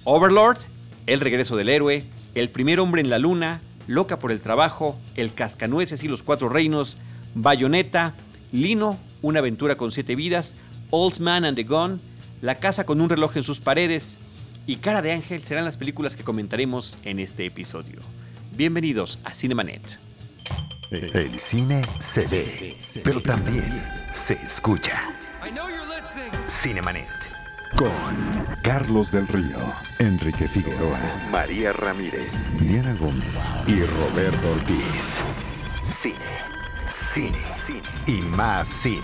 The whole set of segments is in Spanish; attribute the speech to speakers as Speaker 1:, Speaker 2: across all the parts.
Speaker 1: Overlord, El regreso del héroe, El primer hombre en la luna, Loca por el trabajo, El cascanueces y los cuatro reinos, Bayonetta, Lino, Una aventura con 7 vidas, Old Man and the Gun, La casa con un reloj en sus paredes y Cara de ángel serán las películas que comentaremos en este episodio. Bienvenidos a Cinemanet.
Speaker 2: El cine se ve, pero también se escucha. Cinemanet. Con Carlos del Río, Enrique Figueroa, María Ramírez, Diana Gómez y Roberto Ortiz. Cine y más cine.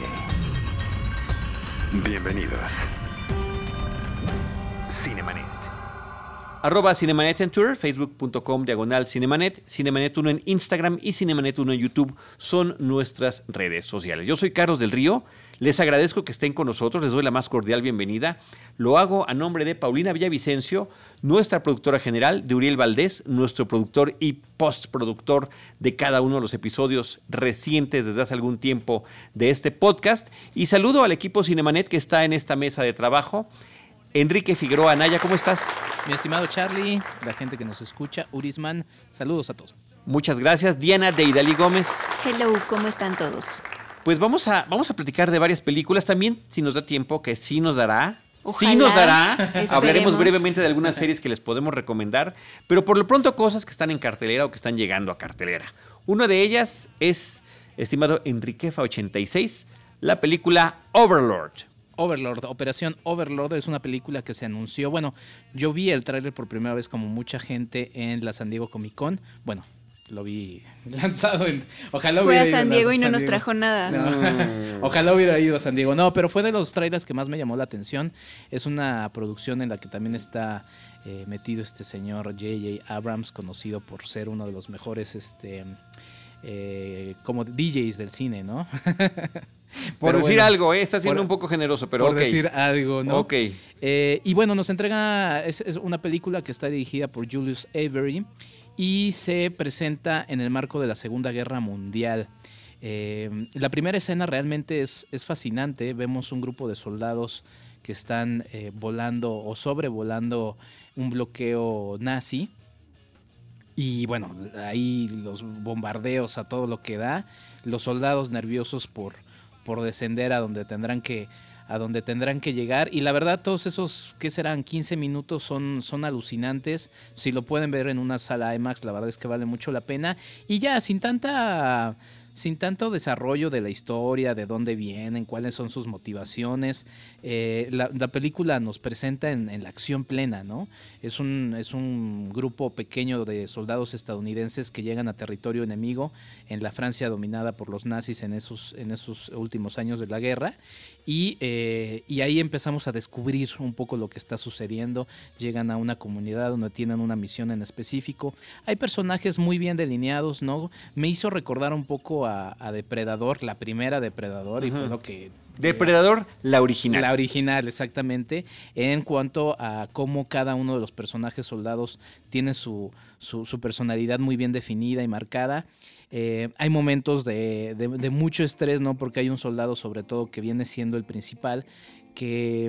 Speaker 2: Bienvenidos. Cinemanet.
Speaker 1: @Cinemanet en Twitter, facebook.com/Cinemanet, Cinemanet1 en Instagram y Cinemanet1 en YouTube son nuestras redes sociales. Yo soy Carlos del Río, les agradezco que estén con nosotros, les doy la más cordial bienvenida. Lo hago a nombre de Paulina Villavicencio, nuestra productora general, de Uriel Valdés, nuestro productor y postproductor de cada uno de los episodios recientes desde hace algún tiempo de este podcast. Y saludo al equipo Cinemanet que está en esta mesa de trabajo. Enrique Figueroa Anaya, ¿cómo estás?
Speaker 3: Mi estimado Charlie, la gente que nos escucha, Urisman, saludos a todos.
Speaker 1: Muchas gracias. Diana Deidali Gómez.
Speaker 4: Hello, ¿cómo están todos?
Speaker 1: Pues vamos a platicar de varias películas. También, si nos da tiempo, que sí nos dará.
Speaker 4: Ojalá,
Speaker 1: sí nos dará.
Speaker 4: esperemos.
Speaker 1: Hablaremos brevemente de algunas series que les podemos recomendar. Pero por lo pronto, cosas que están en cartelera o que están llegando a cartelera. Una de ellas es, estimado Enriquefa 86, la película Overlord.
Speaker 3: Overlord, Operación Overlord es una película que se anunció. Bueno, yo vi el tráiler por primera vez como mucha gente en la San Diego Comic Con. Bueno, lo vi lanzado en... Ojalá
Speaker 4: Fue
Speaker 3: hubiera
Speaker 4: a
Speaker 3: ido
Speaker 4: San
Speaker 3: a
Speaker 4: Diego y no
Speaker 3: San
Speaker 4: nos
Speaker 3: Diego.
Speaker 4: trajo nada.
Speaker 3: No. Ojalá hubiera ido a San Diego. No, pero fue de los trailers que más me llamó la atención. Es una producción en la que también está metido este señor J.J. Abrams, conocido por ser uno de los mejores como DJs del cine, ¿no?
Speaker 1: Por
Speaker 3: Pero
Speaker 1: decir
Speaker 3: bueno,
Speaker 1: algo, está siendo un poco generoso, pero
Speaker 3: por
Speaker 1: ok.
Speaker 3: decir algo, ¿no?
Speaker 1: Ok.
Speaker 3: Y bueno, nos entrega, es una película que está dirigida por Julius Avery y se presenta en el marco de la Segunda Guerra Mundial. La primera escena realmente es fascinante. Vemos un grupo de soldados que están volando o sobrevolando un bloqueo nazi. Y bueno, ahí los bombardeos a todo lo que da, los soldados nerviosos por descender a donde tendrán que llegar. Y la verdad, todos esos, ¿qué serán? 15 minutos son alucinantes. Si lo pueden ver en una sala IMAX, la verdad es que vale mucho la pena. Y ya, sin tanto desarrollo de la historia, de dónde vienen, cuáles son sus motivaciones, la película nos presenta en la acción plena, ¿no? Es un grupo pequeño de soldados estadounidenses que llegan a territorio enemigo en la Francia dominada por los nazis en esos últimos años de la guerra. Y ahí empezamos a descubrir un poco lo que está sucediendo. Llegan a una comunidad donde tienen una misión en específico. Hay personajes muy bien delineados, ¿no? Me hizo recordar un poco a Depredador, la primera Depredador, y fue lo que...
Speaker 1: Depredador, la original.
Speaker 3: La original, exactamente. En cuanto a cómo cada uno de los personajes soldados tiene su personalidad muy bien definida y marcada. Hay momentos de mucho estrés, ¿no? Porque hay un soldado, sobre todo, que viene siendo el principal, que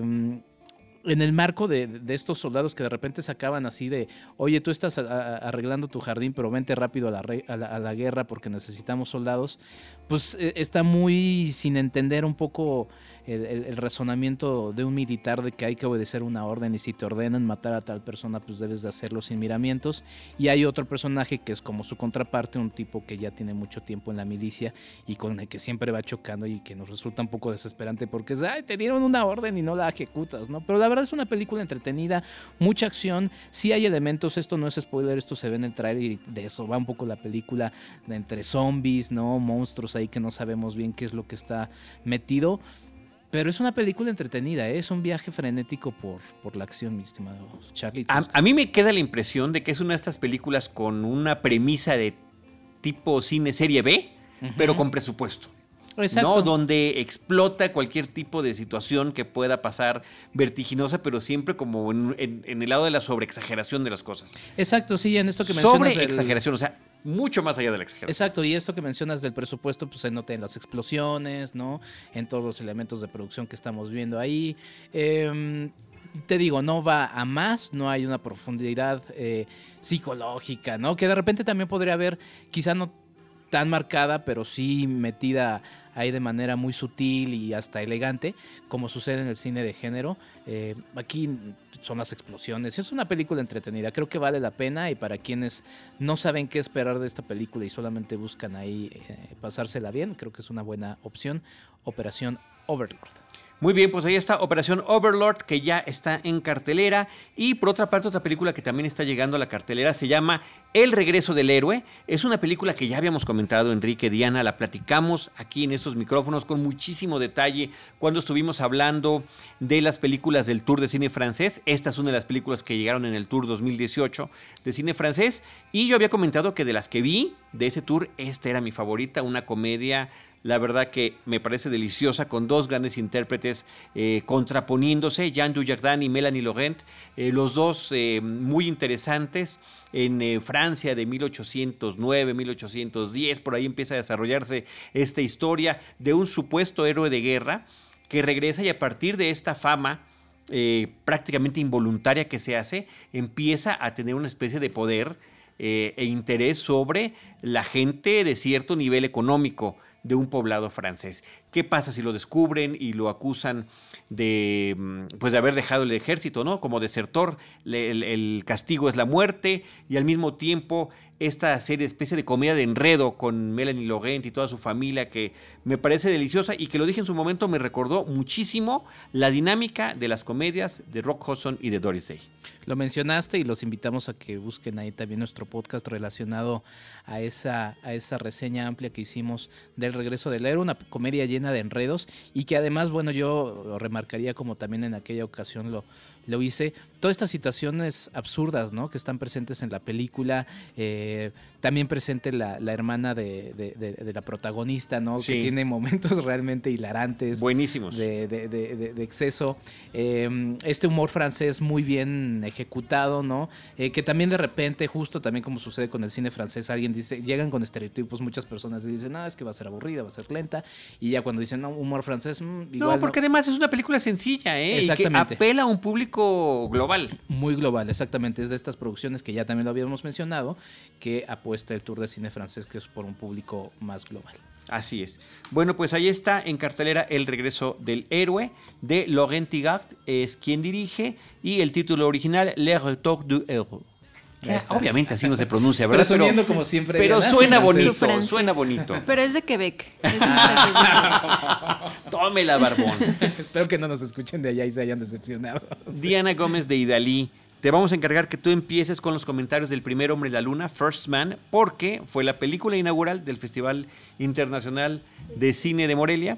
Speaker 3: en el marco de estos soldados que de repente se acaban así de, oye, tú estás arreglando tu jardín, pero vente rápido a la guerra porque necesitamos soldados, pues está muy sin entender un poco el razonamiento de un militar de que hay que obedecer una orden y si te ordenan matar a tal persona, pues debes de hacerlo sin miramientos. Y hay otro personaje que es como su contraparte, un tipo que ya tiene mucho tiempo en la milicia y con el que siempre va chocando y que nos resulta un poco desesperante porque es, ay, te dieron una orden y no la ejecutas, ¿no? Pero la verdad es una película entretenida, mucha acción, sí hay elementos, esto no es spoiler, esto se ve en el trailer y de eso va un poco la película, de entre zombies, ¿no? Monstruos ahí que no sabemos bien qué es lo que está metido. Pero es una película entretenida, ¿eh? Es un viaje frenético por la acción, mi estimado Charlie.
Speaker 1: A mí me queda la impresión de que es una de estas películas con una premisa de tipo cine serie B, pero con presupuesto.
Speaker 3: Exacto.
Speaker 1: ¿No? Donde explota cualquier tipo de situación que pueda pasar vertiginosa, pero siempre como en el lado de la sobreexageración de las cosas.
Speaker 3: Exacto, sí, en esto que mencionas.
Speaker 1: Sobreexageración, o sea, mucho más allá de la exageración.
Speaker 3: Exacto, y esto que mencionas del presupuesto, pues se nota en las explosiones, ¿no? En todos los elementos de producción que estamos viendo ahí. te digo, no va a más, no hay una profundidad psicológica, ¿no? Que de repente también podría haber, quizá no tan marcada, pero sí metida ahí de manera muy sutil y hasta elegante, como sucede en el cine de género. Aquí son las explosiones. Es una película entretenida, creo que vale la pena, y para quienes no saben qué esperar de esta película y solamente buscan ahí pasársela bien, creo que es una buena opción. Operación Overlord.
Speaker 1: Muy bien, pues ahí está Operación Overlord, que ya está en cartelera. Y por otra parte, otra película que también está llegando a la cartelera se llama El regreso del héroe. Es una película que ya habíamos comentado, Enrique, Diana, la platicamos aquí en estos micrófonos con muchísimo detalle cuando estuvimos hablando de las películas del Tour de Cine Francés. Esta es una de las películas que llegaron en el Tour 2018 de Cine Francés. Y yo había comentado que de las que vi de ese tour, esta era mi favorita, una comedia, la verdad que me parece deliciosa, con dos grandes intérpretes contraponiéndose, Jean Dujardin y Mélanie Laurent, los dos muy interesantes. En Francia de 1809, 1810, por ahí empieza a desarrollarse esta historia de un supuesto héroe de guerra que regresa, y a partir de esta fama prácticamente involuntaria que se hace, empieza a tener una especie de poder e interés sobre la gente de cierto nivel económico de un poblado francés. ¿Qué pasa si lo descubren y lo acusan de haber dejado el ejército, ¿no? Como desertor? El castigo es la muerte, y al mismo tiempo esta especie de comedia de enredo con Mélanie Laurent y toda su familia, que me parece deliciosa y que, lo dije en su momento, me recordó muchísimo la dinámica de las comedias de Rock Hudson y de Doris Day.
Speaker 3: Lo mencionaste y los invitamos a que busquen ahí también nuestro podcast relacionado a esa reseña amplia que hicimos del regreso del héroe, una comedia llena de enredos, y que además, bueno, yo lo remarcaría, como también en aquella ocasión lo hice, todas estas situaciones absurdas, ¿no?, que están presentes en la película. También presente la hermana de la protagonista, ¿no? Sí. Que tiene momentos realmente hilarantes.
Speaker 1: Buenísimos.
Speaker 3: De exceso. Este humor francés muy bien ejecutado, ¿no? Que también de repente, justo también como sucede con el cine francés, alguien dice, llegan con estereotipos muchas personas y dicen, no, es que va a ser aburrida, va a ser lenta. Y ya cuando dicen, no, humor francés, igual
Speaker 1: no, porque además es una película sencilla,
Speaker 3: Exactamente.
Speaker 1: Y que apela a un público global.
Speaker 3: Muy global, exactamente. Es de estas producciones que ya también lo habíamos mencionado, que apuesta el Tour de Cine Francés, que es por un público más global.
Speaker 1: Así es. Bueno, pues ahí está en cartelera El regreso del héroe, de Laurent Tigard, es quien dirige, y el título original, Le Retour du Héros. Obviamente así no se pronuncia, ¿verdad?
Speaker 3: Presumiendo como siempre.
Speaker 1: Pero suena bonito, suena bonito.
Speaker 4: Pero es de Quebec. Es un francés.
Speaker 1: Tómela, barbón.
Speaker 3: Espero que no nos escuchen de allá y se hayan decepcionado.
Speaker 1: Diana Gómez de Idalí, te vamos a encargar que tú empieces con los comentarios del Primer Hombre en la Luna, First Man, porque fue la película inaugural del Festival Internacional de Cine de Morelia,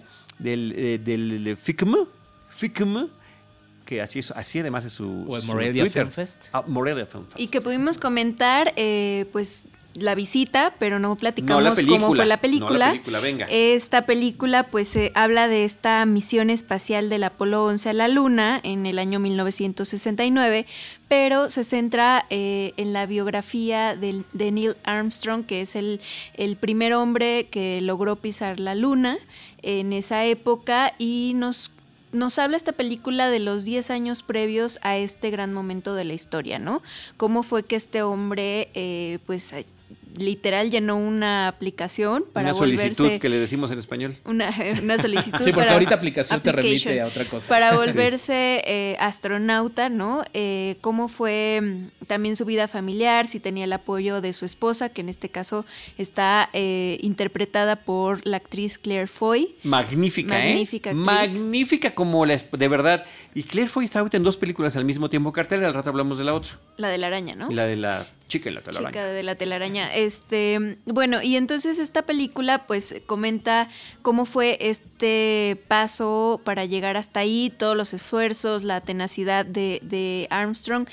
Speaker 1: del FICM, que así además es su
Speaker 3: o el Morelia
Speaker 1: Twitter.
Speaker 3: Film Fest.
Speaker 1: Morelia Film Fest.
Speaker 4: Y que pudimos comentar, pues, la visita, pero no platicamos cómo fue la película.
Speaker 1: No la película, venga.
Speaker 4: Esta película, pues, habla de esta misión espacial del Apolo 11 a la Luna en el año 1969, pero se centra en la biografía de Neil Armstrong, que es el primer hombre que logró pisar la Luna en esa época, y nos habla esta película de los 10 años previos a este gran momento de la historia, ¿no? Cómo fue que este hombre, pues, literal llenó una aplicación para
Speaker 1: una solicitud que le decimos en español.
Speaker 4: Una solicitud.
Speaker 3: Sí, porque ahorita aplicación te remite a otra cosa.
Speaker 4: Para volverse astronauta, ¿no? Cómo fue también su vida familiar, si tenía el apoyo de su esposa, que en este caso está interpretada por la actriz Claire Foy.
Speaker 1: Magnífica actriz. Magnífica como de verdad. Y Claire Foy está ahorita en dos películas al mismo tiempo cartel, al rato hablamos de la otra.
Speaker 4: La de la araña, ¿no?
Speaker 1: La de la chica en la telaraña.
Speaker 4: Chica de la telaraña. Bueno, y entonces esta película pues comenta cómo fue este paso para llegar hasta ahí, todos los esfuerzos, la tenacidad de Armstrong.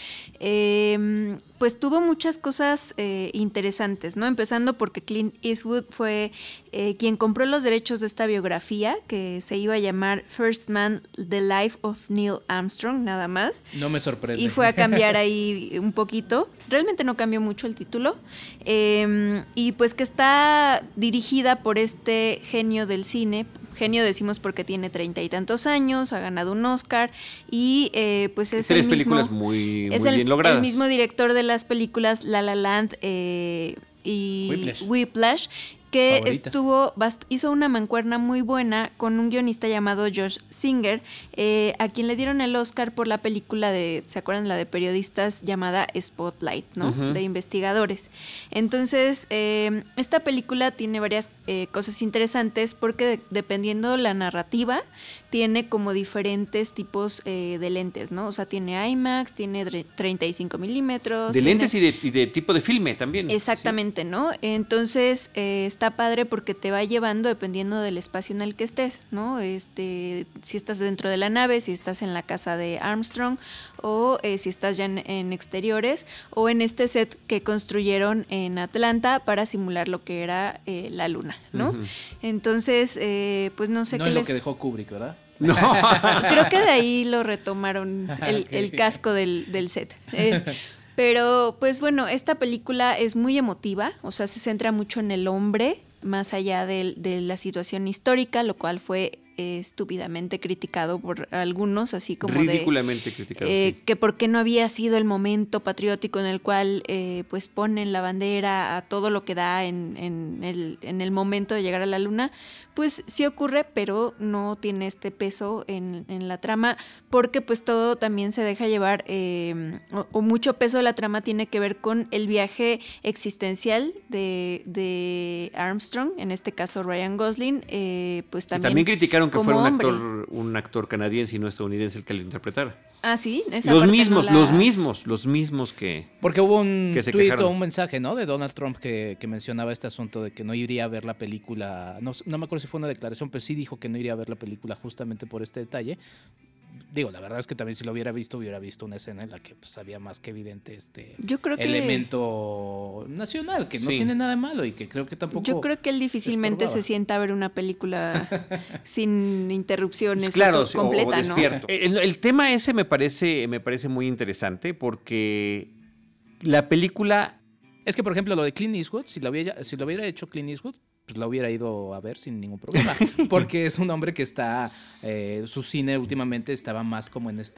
Speaker 4: Pues tuvo muchas cosas interesantes, ¿no? Empezando porque Clint Eastwood fue quien compró los derechos de esta biografía, que se iba a llamar First Man, The Life of Neil Armstrong, nada más.
Speaker 3: No me sorprende.
Speaker 4: Y fue a cambiar ahí un poquito. Realmente no cambió mucho el título. Y pues que está dirigida por este genio del cine, genio decimos porque tiene 30 y tantos años, ha ganado un Oscar y pues es
Speaker 1: 3
Speaker 4: el mismo,
Speaker 1: películas muy
Speaker 4: es
Speaker 1: bien logradas.
Speaker 4: El mismo director de las películas La La Land y Whiplash, que hizo una mancuerna muy buena con un guionista llamado Josh Singer, a quien le dieron el Oscar por la película ¿se acuerdan? La de periodistas llamada Spotlight, ¿no? Uh-huh. De investigadores. Entonces, esta película tiene varias cosas interesantes porque dependiendo la narrativa, tiene como diferentes tipos de lentes, ¿no? O sea, tiene IMAX, tiene 35 milímetros.
Speaker 1: De lentes y de tipo de filme también.
Speaker 4: Exactamente, ¿sí? ¿No? Entonces, está padre porque te va llevando dependiendo del espacio en el que estés, ¿no? Si estás dentro de la nave, si estás en la casa de Armstrong o si estás ya en exteriores o en este set que construyeron en Atlanta para simular lo que era la luna, ¿no? Uh-huh. Entonces, pues no sé qué
Speaker 3: no es lo que dejó Kubrick, ¿verdad?
Speaker 4: No. Creo que de ahí lo retomaron el casco del set. Pero, pues bueno, esta película es muy emotiva, o sea, se centra mucho en el hombre, más allá de la situación histórica, lo cual fue estúpidamente criticado por algunos, así como
Speaker 1: ridículamente criticado, sí.
Speaker 4: Que por qué no había sido el momento patriótico en el cual pues ponen la bandera a todo lo que da en el momento de llegar a la luna. Pues sí ocurre, pero no tiene este peso en la trama, porque pues todo también se deja llevar, o mucho peso de la trama tiene que ver con el viaje existencial de Armstrong, en este caso Ryan Gosling, pues también.
Speaker 1: Y también criticaron que fuera un actor canadiense y no estadounidense el que lo interpretara.
Speaker 4: Ah, sí.
Speaker 1: Los mismos que.
Speaker 3: Porque hubo un tuit o un mensaje, ¿no? De Donald Trump que mencionaba este asunto de que no iría a ver la película. No me acuerdo si fue una declaración, pero sí dijo que no iría a ver la película justamente por este detalle. Digo, la verdad es que también si lo hubiera visto una escena en la que pues, había más que evidente
Speaker 4: yo creo que
Speaker 3: elemento nacional, que no tiene nada de malo y que creo que tampoco.
Speaker 4: Yo creo que él difícilmente se sienta a ver una película sin interrupciones,
Speaker 1: claro,
Speaker 4: completa,
Speaker 1: o despierto.
Speaker 4: ¿No?
Speaker 1: El tema ese me parece muy interesante porque la película.
Speaker 3: Es que, por ejemplo, lo de Clint Eastwood, si lo hubiera hecho Clint Eastwood, pues la hubiera ido a ver sin ningún problema, porque es un hombre que está, su cine últimamente estaba más como en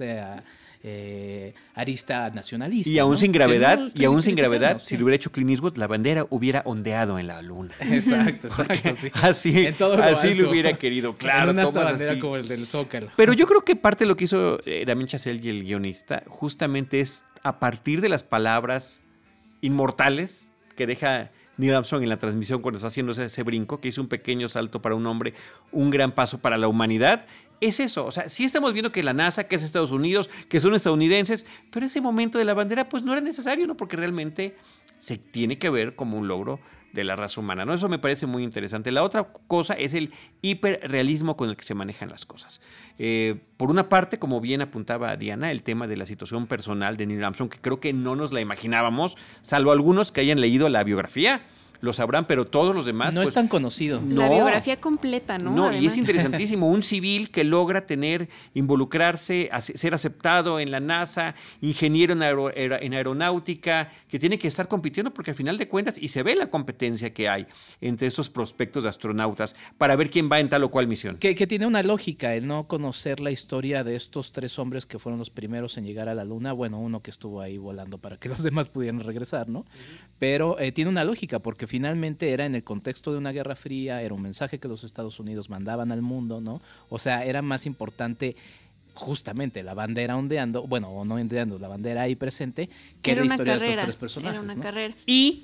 Speaker 3: arista nacionalista.
Speaker 1: Y aún, ¿no? sin gravedad, si
Speaker 3: sí.
Speaker 1: lo hubiera hecho Clint Eastwood, la bandera hubiera ondeado en la luna.
Speaker 3: Exacto, sí.
Speaker 1: Así lo hubiera querido, claro.
Speaker 3: En una bandera como el del Zócalo.
Speaker 1: Pero yo creo que parte de lo que hizo Damien Chazelle y el guionista, justamente es a partir de las palabras inmortales que deja Neil Armstrong en la transmisión cuando está haciendo ese brinco, que hizo un pequeño salto para un hombre, un gran paso para la humanidad. Es eso, o sea, sí estamos viendo que la NASA, que es Estados Unidos, que son estadounidenses, pero ese momento de la bandera pues no era necesario, ¿no? Porque realmente se tiene que ver como un logro de la raza humana, ¿no? Eso me parece muy interesante. La otra cosa es el hiperrealismo con el que se manejan las cosas. Por una parte, como bien apuntaba Diana, el tema de la situación personal de Neil Armstrong, que creo que no nos la imaginábamos, salvo algunos que hayan leído la biografía, lo sabrán, pero todos los demás...
Speaker 3: No
Speaker 1: pues,
Speaker 3: es tan conocido.
Speaker 4: La biografía completa, ¿no?
Speaker 1: No, además. Y es interesantísimo. Un civil que logra involucrarse, ser aceptado en la NASA, ingeniero en aeronáutica, que tiene que estar compitiendo porque al final de cuentas, y se ve la competencia que hay entre estos prospectos de astronautas para ver quién va en tal o cual misión.
Speaker 3: Que tiene una lógica el no conocer la historia de estos 3 hombres que fueron los primeros en llegar a la Luna. Bueno, uno que estuvo ahí volando para que los demás pudieran regresar, ¿no? Pero tiene una lógica porque finalmente era en el contexto de una guerra fría, era un mensaje que los Estados Unidos mandaban al mundo, ¿no? O sea, era más importante justamente la bandera ondeando, bueno, o no ondeando, la bandera ahí presente, que la historia de estos 3 personajes.
Speaker 4: Era una
Speaker 3: ¿no?
Speaker 4: carrera.
Speaker 1: Y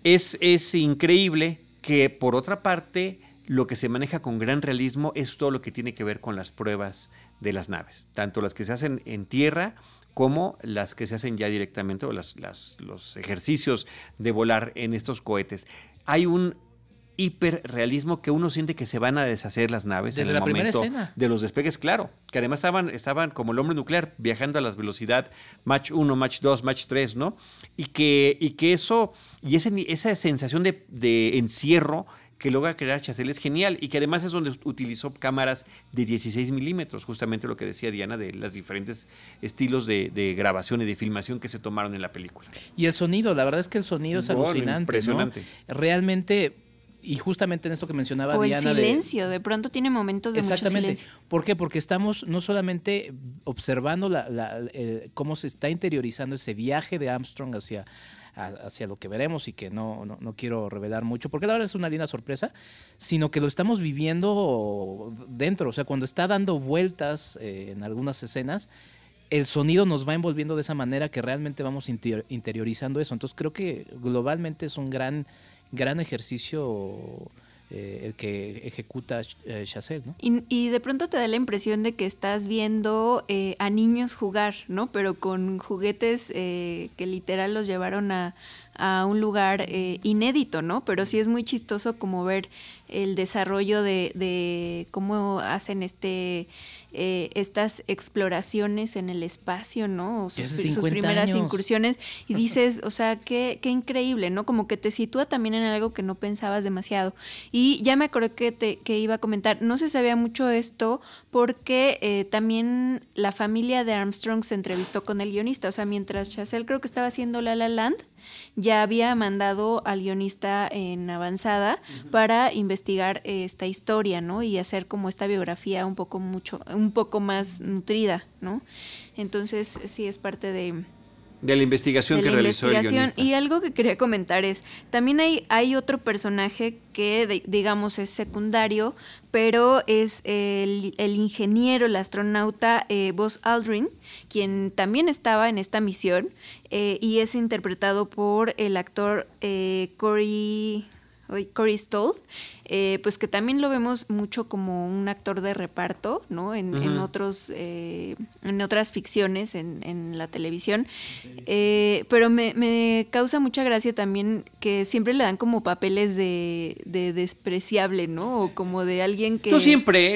Speaker 1: es increíble que, por otra parte, lo que se maneja con gran realismo es todo lo que tiene que ver con las pruebas de las naves, tanto las que se hacen en tierra como las que se hacen ya directamente, o los ejercicios de volar en estos cohetes. Hay un hiperrealismo que uno siente que se van a deshacer las naves
Speaker 3: desde
Speaker 1: en el
Speaker 3: la primera
Speaker 1: momento
Speaker 3: escena
Speaker 1: de los despegues, claro, que además estaban como el hombre nuclear, viajando a la velocidad Mach 1, Mach 2, Mach 3, ¿no? Y que eso, y esa sensación de encierro que logra crear Chazelle es genial, y que además es donde utilizó cámaras de 16 milímetros, justamente lo que decía Diana de los diferentes estilos de grabación y de filmación que se tomaron en la película.
Speaker 3: Y el sonido, la verdad es que el sonido es alucinante,
Speaker 1: impresionante.
Speaker 3: ¿no? Realmente Y justamente en esto que mencionaba
Speaker 4: o
Speaker 3: Diana.
Speaker 4: El silencio, de pronto tiene momentos de mucho silencio.
Speaker 3: ¿Por qué? Porque estamos no solamente observando cómo se está interiorizando ese viaje de Armstrong hacia lo que veremos y que no quiero revelar mucho, porque la verdad es una linda sorpresa, sino que lo estamos viviendo dentro, o sea, cuando está dando vueltas en algunas escenas, el sonido nos va envolviendo de esa manera que realmente vamos interiorizando eso. Entonces creo que globalmente es un gran ejercicio el que ejecuta Chazelle, ¿no?
Speaker 4: Y de pronto te da la impresión de que estás viendo a niños jugar, ¿no? Pero con juguetes que literal los llevaron a un lugar inédito, ¿no? Pero sí es muy chistoso como ver el desarrollo de cómo hacen estas exploraciones en el espacio, ¿no? O sus primeras incursiones. Y dices, o sea, qué increíble, ¿no? Como que te sitúa también en algo que no pensabas demasiado. Y ya me acordé que iba a comentar, no se sabía mucho esto porque también la familia de Armstrong se entrevistó con el guionista. O sea, mientras Chazelle creo que estaba haciendo La La Land, ya había mandado al guionista en avanzada para investigar esta historia, ¿no? Y hacer como esta biografía un poco más nutrida, ¿no? Entonces, sí es parte de
Speaker 1: la investigación que realizó el guionista.
Speaker 4: Y algo que quería comentar es, también hay otro personaje que digamos es secundario, pero es el ingeniero, el astronauta Buzz Aldrin, quien también estaba en esta misión y es interpretado por el actor Corey Stoll, pues que también lo vemos mucho como un actor de reparto, ¿no? En otras ficciones en la televisión. Sí. Pero me causa mucha gracia también que siempre le dan como papeles de despreciable, ¿no? O como de alguien que...
Speaker 1: No siempre,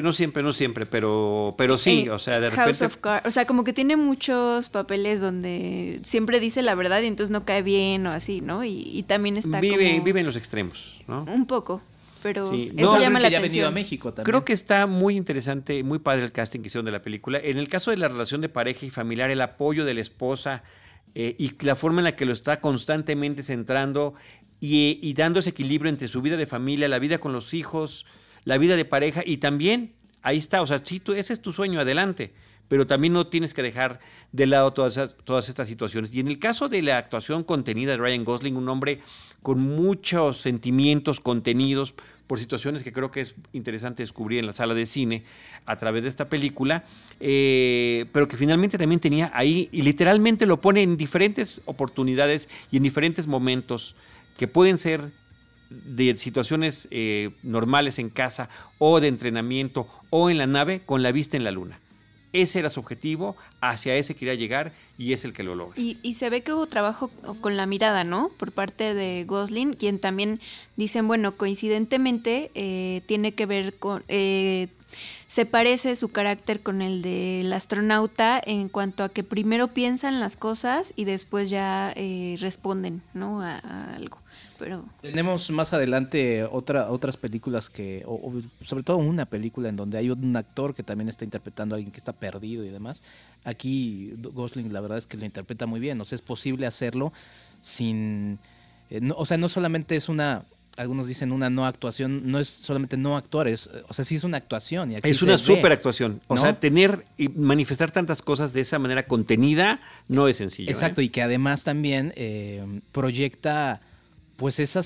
Speaker 1: pero sí, o sea, de repente...
Speaker 4: House of Cards, o sea, como que tiene muchos papeles donde siempre dice la verdad y entonces no cae bien o así, ¿no? Y también está
Speaker 1: vive en los extremos, ¿no?
Speaker 4: Un poco. Pero
Speaker 3: sí.
Speaker 4: eso llama la atención.
Speaker 3: Ha venido a México también.
Speaker 1: Creo que está muy interesante, muy padre el casting que hicieron de la película. En el caso de la relación de pareja y familiar, el apoyo de la esposa y la forma en la que lo está constantemente centrando y dando ese equilibrio entre su vida de familia, la vida con los hijos, la vida de pareja y también, ahí está, o sea, sí, ese es tu sueño, adelante. Pero también no tienes que dejar de lado todas estas situaciones. Y en el caso de la actuación contenida de Ryan Gosling, un hombre con muchos sentimientos contenidos por situaciones que creo que es interesante descubrir en la sala de cine a través de esta película, pero que finalmente también tenía ahí, y literalmente lo pone en diferentes oportunidades y en diferentes momentos que pueden ser de situaciones normales en casa o de entrenamiento o en la nave con la vista en la luna. Ese era su objetivo, hacia ese quería llegar y es el que lo logra.
Speaker 4: Y se ve que hubo trabajo con la mirada, ¿no? Por parte de Gosling, quien también dicen, bueno, coincidentemente tiene que ver con... se parece su carácter con el del astronauta en cuanto a que primero piensan las cosas y después ya responden, ¿no? a algo. Pero... Tenemos
Speaker 3: más adelante otras películas sobre todo una película en donde hay un actor que también está interpretando a alguien que está perdido y demás. Aquí Gosling la verdad es que lo interpreta muy bien, o sea, es posible hacerlo sin... o sea, no solamente es algunos dicen una no actuación, no es solamente no actuar, o sea, sí es una actuación. Y aquí
Speaker 1: es una súper actuación. O sea, tener y manifestar tantas cosas de esa manera contenida no es sencillo.
Speaker 3: Exacto, y que además también proyecta pues esa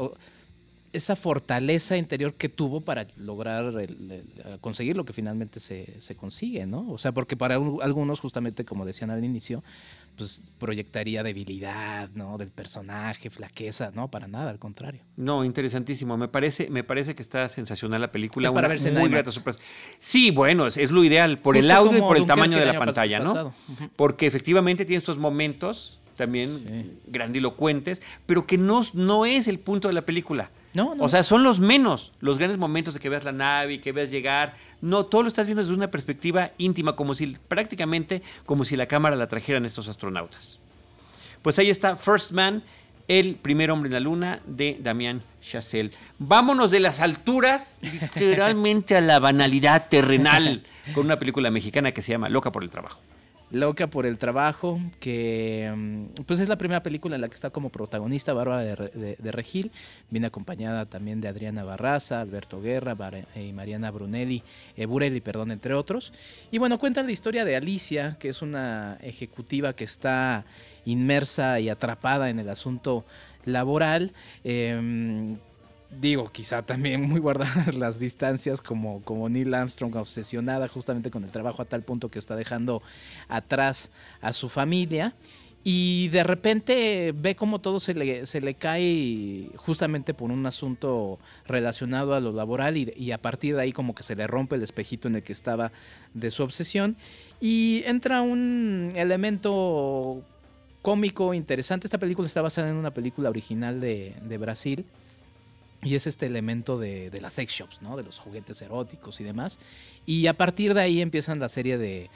Speaker 3: fortaleza interior que tuvo para lograr conseguir lo que finalmente se consigue, ¿no? O sea, porque para algunos, justamente como decían al inicio, pues proyectaría debilidad, ¿no? Del personaje, flaqueza, no, para nada, al contrario.
Speaker 1: No, interesantísimo. Me parece que está sensacional la película.
Speaker 3: Es para verse
Speaker 1: muy grata sorpresa. Sí, bueno, es lo ideal por el audio y por el tamaño de la pantalla, ¿no? Uh-huh. Porque efectivamente tiene estos momentos también grandilocuentes, pero que no es el punto de la película.
Speaker 3: No.
Speaker 1: O sea, son los grandes momentos de que veas la nave, que veas llegar. No, todo lo estás viendo desde una perspectiva íntima, prácticamente como si la cámara la trajeran estos astronautas. Pues ahí está First Man, el primer hombre en la luna de Damien Chazelle. Vámonos de las alturas, literalmente a la banalidad terrenal, con una película mexicana que se llama Loca por el Trabajo.
Speaker 3: Loca por el Trabajo, que pues es la primera película en la que está como protagonista Bárbara de Regil. Viene acompañada también de Adriana Barraza, Alberto Guerra y Mariana Burelli, entre otros. Y bueno, cuentan la historia de Alicia, que es una ejecutiva que está inmersa y atrapada en el asunto laboral. Digo, quizá también muy guardadas las distancias como Neil Armstrong, obsesionada justamente con el trabajo a tal punto que está dejando atrás a su familia. Y de repente ve cómo todo se le cae justamente por un asunto relacionado a lo laboral y a partir de ahí como que se le rompe el espejito en el que estaba de su obsesión. Y entra un elemento cómico interesante. Esta película está basada en una película original de Brasil. Y es este elemento de las sex shops, ¿no? De los juguetes eróticos y demás. Y a partir de ahí empiezan la serie de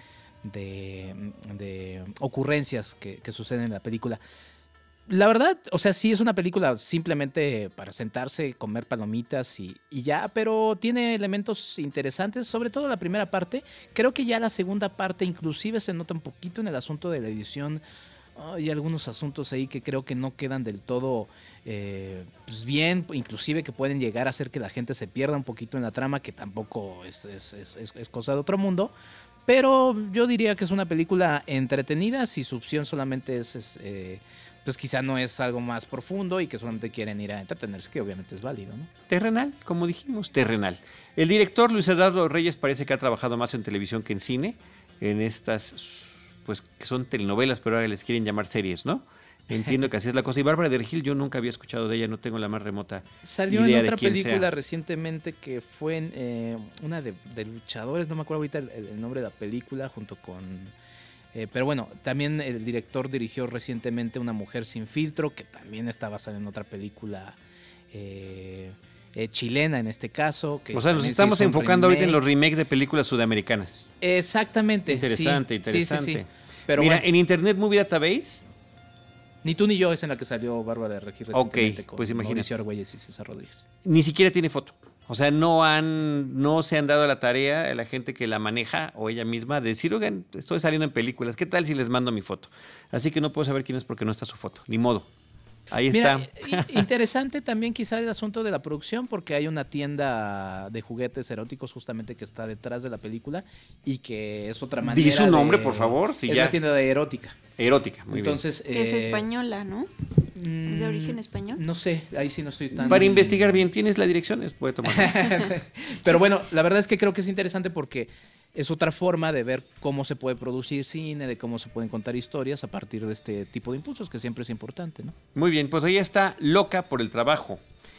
Speaker 3: ocurrencias que suceden en la película. La verdad, o sea, sí es una película simplemente para sentarse, comer palomitas y ya, pero tiene elementos interesantes, sobre todo la primera parte. Creo que ya la segunda parte inclusive se nota un poquito en el asunto de la edición. Hay algunos asuntos ahí que creo que no quedan del todo pues bien, inclusive que pueden llegar a hacer que la gente se pierda un poquito en la trama, que tampoco es cosa de otro mundo. Pero yo diría que es una película entretenida si su opción solamente pues quizá no es algo más profundo y que solamente quieren ir a entretenerse, que obviamente es válido, ¿no?
Speaker 1: Terrenal, como dijimos, terrenal. El director Luis Eduardo Reyes parece que ha trabajado más en televisión que en cine, en estas, pues que son telenovelas, pero ahora les quieren llamar series, ¿no? Entiendo que así es la cosa. Y Bárbara de Regil, yo nunca había escuchado de ella, no tengo la más remota
Speaker 3: Salió
Speaker 1: idea
Speaker 3: en otra
Speaker 1: de quién
Speaker 3: película
Speaker 1: sea.
Speaker 3: Recientemente que fue en, una de luchadores, no me acuerdo ahorita el nombre de la película, junto con... pero bueno, también el director dirigió recientemente Una mujer sin filtro, que también está basada en otra película chilena en este caso. Que
Speaker 1: o sea, nos estamos enfocando ahorita en los remakes de películas sudamericanas.
Speaker 3: Exactamente.
Speaker 1: Interesante,
Speaker 3: sí,
Speaker 1: interesante.
Speaker 3: Sí. Pero
Speaker 1: mira,
Speaker 3: bueno,
Speaker 1: en Internet Movie Database...
Speaker 3: Ni tú ni yo es en la que salió Bárbara de Regil recientemente con
Speaker 1: pues imagínate.
Speaker 3: Mauricio Argüelles y César Rodríguez.
Speaker 1: Ni siquiera tiene foto. O sea, no se han dado la tarea a la gente que la maneja o ella misma de decir, oigan, estoy saliendo en películas, ¿qué tal si les mando mi foto? Así que no puedo saber quién es porque no está su foto, ni modo. Ahí
Speaker 3: Mira,
Speaker 1: está.
Speaker 3: Interesante también quizá el asunto de la producción, porque hay una tienda de juguetes eróticos justamente que está detrás de la película y que es otra manera.
Speaker 1: Di su nombre, por favor. Si
Speaker 3: es
Speaker 1: ya.
Speaker 3: una tienda de erótica.
Speaker 1: Erótica, muy
Speaker 4: Entonces, que es española, ¿no? ¿Es de origen español?
Speaker 3: No sé, ahí sí no estoy tan...
Speaker 1: Para investigar bien, ¿tienes la dirección? Puede tomar.
Speaker 3: Pero bueno, la verdad es que creo que es interesante porque es otra forma de ver cómo se puede producir cine, de cómo se pueden contar historias a partir de este tipo de impulsos, que siempre es importante, ¿no?
Speaker 1: Muy bien, pues ahí está Loca por el trabajo.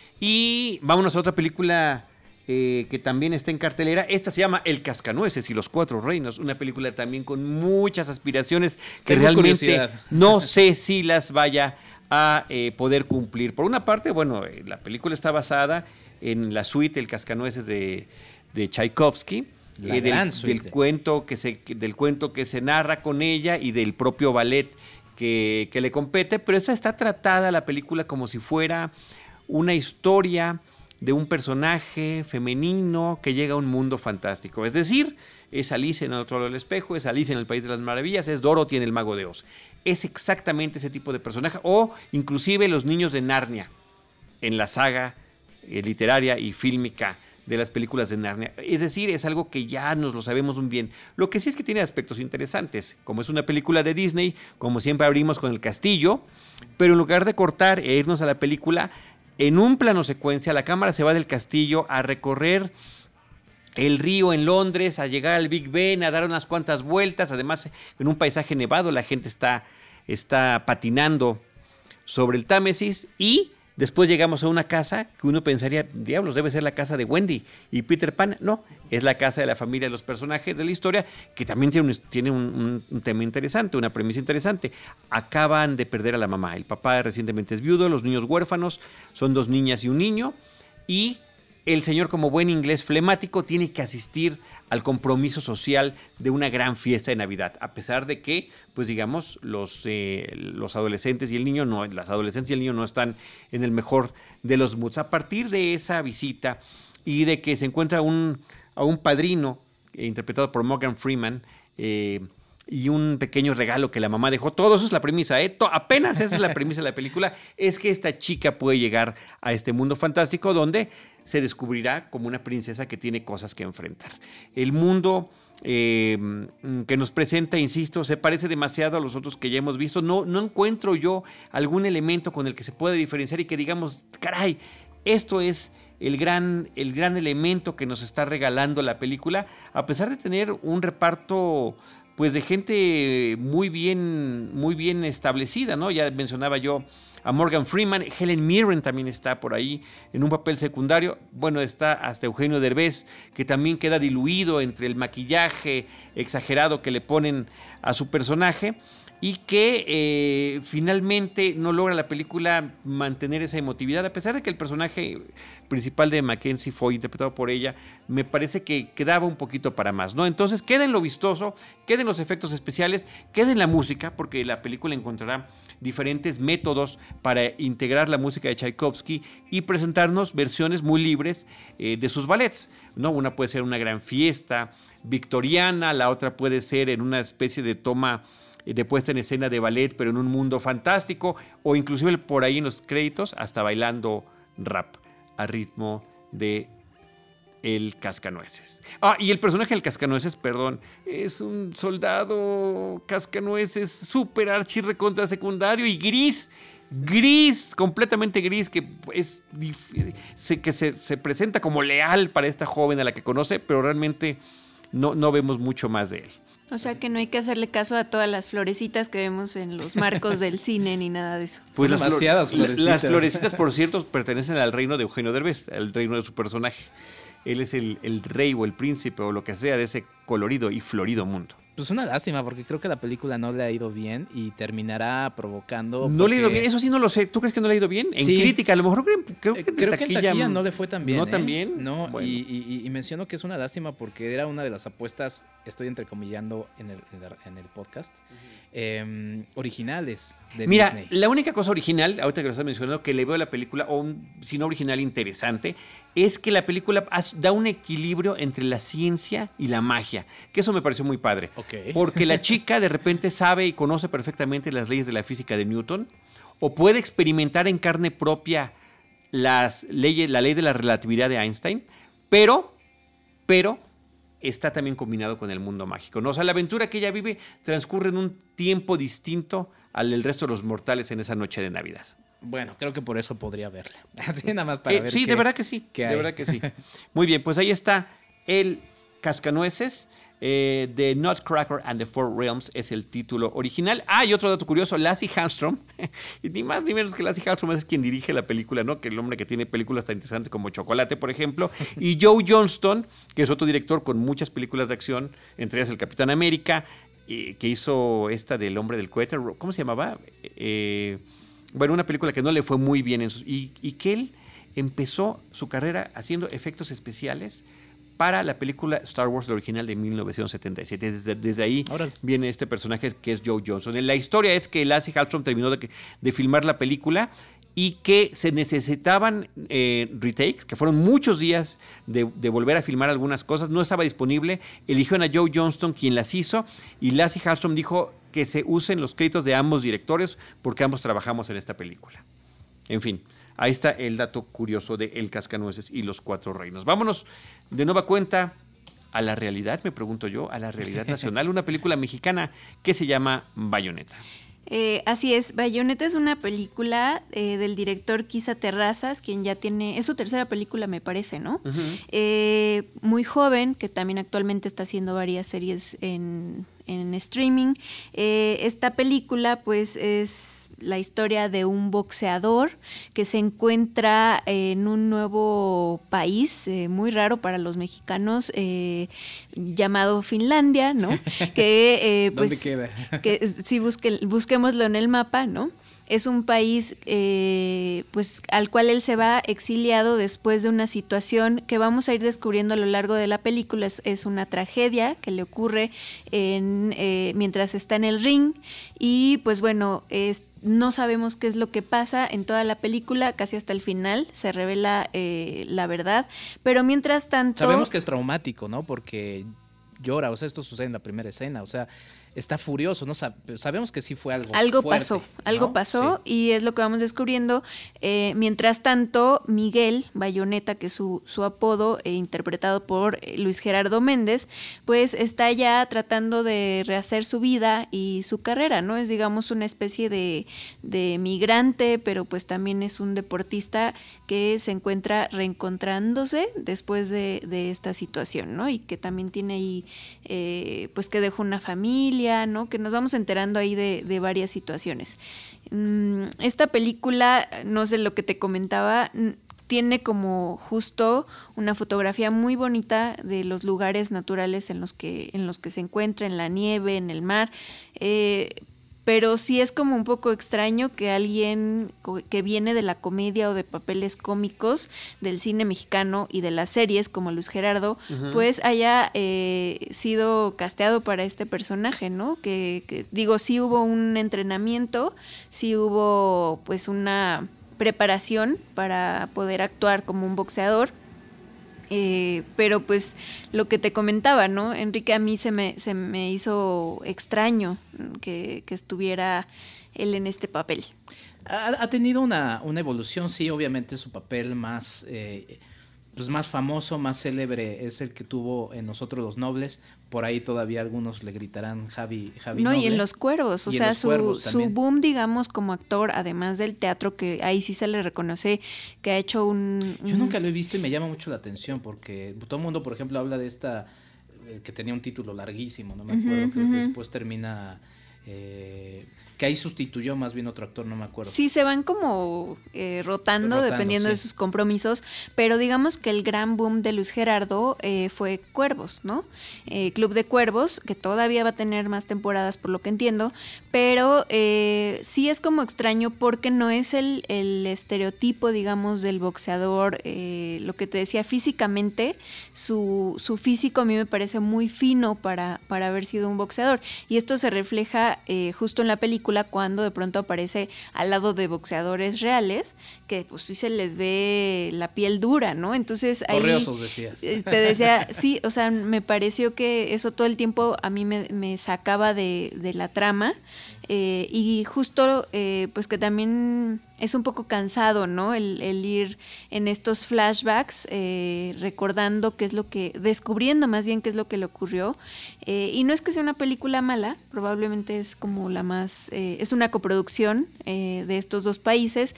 Speaker 1: Y vámonos a otra película que también está en cartelera. Esta se llama El Cascanueces y los Cuatro Reinos, una película también con muchas aspiraciones que
Speaker 3: Tengo
Speaker 1: realmente
Speaker 3: curiosidad.
Speaker 1: no sé si las vaya a poder cumplir. Por una parte, bueno, la película está basada en la suite El Cascanueces de Tchaikovsky, del cuento que se narra con ella y del propio ballet que le compete, pero esa está tratada la película como si fuera una historia de un personaje femenino que llega a un mundo fantástico. Es decir, es Alicia en el otro lado del espejo, es Alicia en el País de las Maravillas, es Dorothy en El Mago de Oz. Es exactamente ese tipo de personaje, o inclusive los niños de Narnia en la saga literaria y fílmica de las películas de Narnia. Es decir, es algo que ya nos lo sabemos muy bien. Lo que sí es que tiene aspectos interesantes. Como es una película de Disney, como siempre abrimos con el castillo, pero en lugar de cortar e irnos a la película, en un plano secuencia, la cámara se va del castillo a recorrer el río en Londres, a llegar al Big Ben, a dar unas cuantas vueltas. Además, en un paisaje nevado, la gente está patinando sobre el Támesis y después llegamos a una casa que uno pensaría, diablos, debe ser la casa de Wendy y Peter Pan. No, es la casa de la familia de los personajes de la historia, que también tiene un tema interesante, una premisa interesante. Acaban de perder a la mamá, el papá recientemente es viudo, los niños huérfanos, son 2 niñas y un niño, y el señor, como buen inglés flemático, tiene que asistir al compromiso social de una gran fiesta de Navidad, a pesar de que, pues digamos, los adolescentes y el niño no, las adolescentes y el niño no están en el mejor de los moods. A partir de esa visita y de que se encuentra a un padrino interpretado por Morgan Freeman, y un pequeño regalo que la mamá dejó. Todo eso es la premisa, apenas esa es la premisa de la película, es que esta chica puede llegar a este mundo fantástico donde se descubrirá como una princesa que tiene cosas que enfrentar. El mundo que nos presenta, insisto, se parece demasiado a los otros que ya hemos visto. No encuentro yo algún elemento con el que se pueda diferenciar y que digamos, caray, esto es el gran elemento que nos está regalando la película, a pesar de tener un reparto pues de gente muy bien establecida, ¿no? Ya mencionaba yo a Morgan Freeman, Helen Mirren también está por ahí en un papel secundario. Bueno, está hasta Eugenio Derbez, que también queda diluido entre el maquillaje exagerado que le ponen a su personaje y que finalmente no logra la película mantener esa emotividad, a pesar de que el personaje principal de Mackenzie Foy, interpretado por ella, me parece que quedaba un poquito para más, ¿no? Entonces queda en lo vistoso, queda en los efectos especiales, queda en la música, porque la película encontrará diferentes métodos para integrar la música de Tchaikovsky y presentarnos versiones muy libres de sus ballets, ¿no? Una puede ser una gran fiesta victoriana, la otra puede ser en una especie de toma de puesta en escena de ballet, pero en un mundo fantástico, o inclusive por ahí en los créditos hasta bailando rap a ritmo de el Cascanueces. Y el personaje del Cascanueces, perdón, es un soldado cascanueces súper archi recontra secundario y gris, completamente gris, que se presenta como leal para esta joven a la que conoce, pero realmente no vemos mucho más de él.
Speaker 4: O sea que no hay que hacerle caso a todas las florecitas que vemos en los marcos del cine ni nada de eso.
Speaker 1: Pues
Speaker 3: demasiadas florecitas.
Speaker 1: Las florecitas, por cierto, pertenecen al reino de Eugenio Derbez, al reino de su personaje. Él es el rey o el príncipe o lo que sea de ese colorido y florido mundo.
Speaker 3: Pues una lástima, porque creo que la película no le ha ido bien y terminará provocando...
Speaker 1: No le ha ido bien, eso sí no lo sé. ¿Tú crees que no le ha ido bien? En
Speaker 3: sí.
Speaker 1: Crítica, a lo mejor creo que
Speaker 3: en taquilla no le fue tan bien.
Speaker 1: ¿No tan bien?
Speaker 3: No,
Speaker 1: bueno.
Speaker 3: y menciono que es una lástima porque era una de las apuestas, estoy entrecomillando en el podcast, originales de Disney.
Speaker 1: La única cosa original, ahorita que lo estás mencionando, que le veo a la película, si no original, interesante, es que la película da un equilibrio entre la ciencia y la magia, que eso me pareció muy padre.
Speaker 3: Okay.
Speaker 1: Porque la chica de repente sabe y conoce perfectamente las leyes de la física de Newton, o puede experimentar en carne propia la ley de la relatividad de Einstein, pero está también combinado con el mundo mágico, ¿no? O sea, la aventura que ella vive transcurre en un tiempo distinto al del resto de los mortales en esa noche de Navidad.
Speaker 3: Bueno, creo que por eso podría verla. Así nada más para ver.
Speaker 1: Sí, de verdad que sí. De verdad que sí. Muy bien, pues ahí está el Cascanueces. The Nutcracker and the Four Realms es el título original. Y otro dato curioso, Lasse Hallström, y ni más ni menos que Lasse Hallström es quien dirige la película, ¿no? Que el hombre que tiene películas tan interesantes como Chocolate, por ejemplo, y Joe Johnston, que es otro director con muchas películas de acción, entre ellas El Capitán América, que hizo esta del hombre del cohete, ¿cómo se llamaba? Bueno, una película que no le fue muy bien y que él empezó su carrera haciendo efectos especiales para la película Star Wars, la original de 1977. Desde ahí viene este personaje que es Joe Johnston. La historia es que Lasse Hallström terminó de filmar la película y que se necesitaban retakes, que fueron muchos días de volver a filmar algunas cosas. No estaba disponible. Eligieron a Joe Johnston, quien las hizo, y Lasse Hallström dijo que se usen los créditos de ambos directores porque ambos trabajamos en esta película. En fin. Ahí está el dato curioso de El Cascanueces y los Cuatro Reinos. Vámonos de nueva cuenta a la realidad, me pregunto yo, a la realidad nacional. Una película mexicana que se llama Bayonetta.
Speaker 4: Así es, Bayonetta es una película del director Quisa Terrazas, quien ya es su tercera película, me parece, ¿no? Uh-huh. Muy joven, que también actualmente está haciendo varias series en streaming. Esta película, pues, es la historia de un boxeador que se encuentra en un nuevo país muy raro para los mexicanos, llamado Finlandia, ¿no? Que pues,
Speaker 3: ¿dónde queda?
Speaker 4: Que sí, busquémoslo en el mapa, ¿no? Es un país pues al cual él se va exiliado después de una situación que vamos a ir descubriendo a lo largo de la película. Es una tragedia que le ocurre mientras está en el ring y pues bueno, no sabemos qué es lo que pasa en toda la película, casi hasta el final se revela la verdad, pero mientras tanto...
Speaker 3: Sabemos que es traumático, ¿no? Porque llora, o sea, esto sucede en la primera escena, o sea, está furioso, ¿no? Sabemos que sí fue algo
Speaker 4: pasó,
Speaker 3: fuerte,
Speaker 4: algo
Speaker 3: ¿no?
Speaker 4: pasó, sí. Y es lo que vamos descubriendo. Mientras tanto, Miguel Bayoneta, que es su apodo, interpretado por Luis Gerardo Méndez, pues está ya tratando de rehacer su vida y su carrera, ¿no? Es, digamos, una especie de migrante, pero pues también es un deportista que se encuentra reencontrándose después de esta situación, ¿no? Y que también tiene ahí, pues que dejó una familia, ¿no? Que nos vamos enterando ahí de varias situaciones. Esta película, no sé lo que te comentaba, tiene como justo una fotografía muy bonita de los lugares naturales en los que se encuentra, en la nieve, en el mar, pero sí es como un poco extraño que alguien que viene de la comedia o de papeles cómicos del cine mexicano y de las series, como Luis Gerardo, pues haya sido casteado para este personaje, ¿no? Que digo, sí hubo un entrenamiento, sí hubo pues una preparación para poder actuar como un boxeador. Pero pues lo que te comentaba, ¿no, Enrique? A mí se me hizo extraño que estuviera él en este papel.
Speaker 3: Ha tenido una evolución, sí, obviamente su papel más, pues más famoso, más célebre es el que tuvo en Nosotros los Nobles. Por ahí todavía algunos le gritarán Javi
Speaker 4: no,
Speaker 3: Noble.
Speaker 4: Y en Los Cuervos, o sea, su boom, digamos, como actor, además del teatro, que ahí sí se le reconoce que ha hecho
Speaker 3: Yo nunca lo he visto y me llama mucho la atención, porque todo el mundo, por ejemplo, habla de esta, que tenía un título larguísimo, no me acuerdo, que después termina... que ahí sustituyó más bien otro actor, no me acuerdo.
Speaker 4: Sí, se van como rotando dependiendo de sus compromisos, pero digamos que el gran boom de Luis Gerardo fue Cuervos, ¿no? Club de Cuervos, que todavía va a tener más temporadas por lo que entiendo, pero sí es como extraño porque no es el estereotipo, digamos, del boxeador. Lo que te decía, físicamente, su físico a mí me parece muy fino para haber sido un boxeador, y esto se refleja justo en la película cuando de pronto aparece al lado de boxeadores reales, que pues sí se les ve la piel dura, ¿no? Entonces ahí...
Speaker 3: Correosos, decías.
Speaker 4: Te decía, sí, o sea, me pareció que eso todo el tiempo a mí me sacaba de la trama, y justo pues que también es un poco cansado, ¿no? El ir en estos flashbacks, recordando qué es lo que, descubriendo más bien qué es lo que le ocurrió, y no es que sea una película mala, probablemente es como la más, es una coproducción de estos dos países,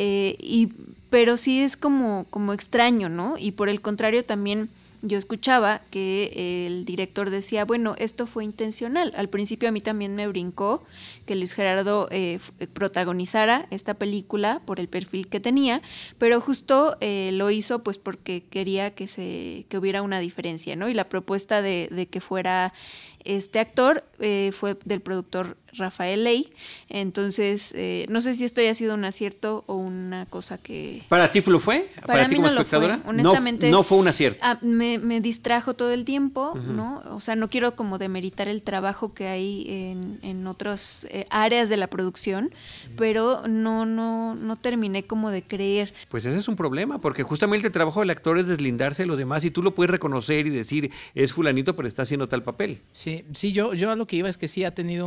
Speaker 4: pero sí es como extraño, ¿no? Y por el contrario también yo escuchaba que el director decía, bueno, esto fue intencional. Al principio a mí también me brincó que Luis Gerardo protagonizara esta película por el perfil que tenía, pero justo lo hizo pues porque quería que hubiera una diferencia, ¿no? Y la propuesta de que fuera este actor fue del productor Rafael Ley. Entonces, no sé si esto haya sido un acierto o una cosa que...
Speaker 1: ¿Para ti lo fue?
Speaker 4: Para
Speaker 1: ti
Speaker 4: mí
Speaker 1: como
Speaker 4: no
Speaker 1: espectadora?
Speaker 4: Lo fue, honestamente.
Speaker 1: No fue un acierto.
Speaker 4: Me distrajo todo el tiempo, ¿no? O sea, no quiero como demeritar el trabajo que hay en otras áreas de la producción, pero no terminé como de creer.
Speaker 1: Pues ese es un problema, porque justamente el trabajo del actor es deslindarse de lo demás, y tú lo puedes reconocer y decir, es fulanito, pero está haciendo tal papel.
Speaker 3: Sí, yo a lo que iba es que sí ha tenido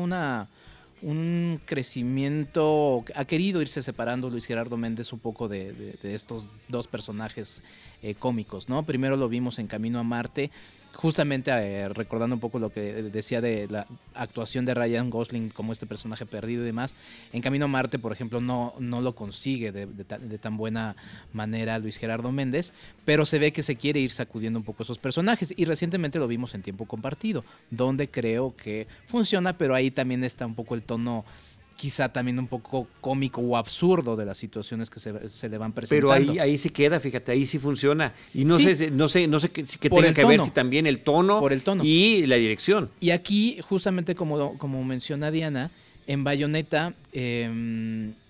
Speaker 3: un crecimiento, ha querido irse separando Luis Gerardo Méndez un poco de estos dos personajes cómicos, ¿no? Primero lo vimos en Camino a Marte, justamente recordando un poco lo que decía de la actuación de Ryan Gosling como este personaje perdido y demás. En Camino a Marte, por ejemplo, no lo consigue de tan buena manera Luis Gerardo Méndez, pero se ve que se quiere ir sacudiendo un poco esos personajes, y recientemente lo vimos en Tiempo Compartido, donde creo que funciona, pero ahí también está un poco el tono quizá también un poco cómico o absurdo de las situaciones que se le van presentando.
Speaker 1: Pero ahí se queda, fíjate, ahí sí funciona. Y no
Speaker 3: Sí.
Speaker 1: sé qué
Speaker 3: Por
Speaker 1: tenga que
Speaker 3: el
Speaker 1: ver
Speaker 3: tono.
Speaker 1: si también el tono,
Speaker 3: Por el tono.
Speaker 1: Y la dirección.
Speaker 3: Y aquí, justamente como menciona Diana, en Bayonetta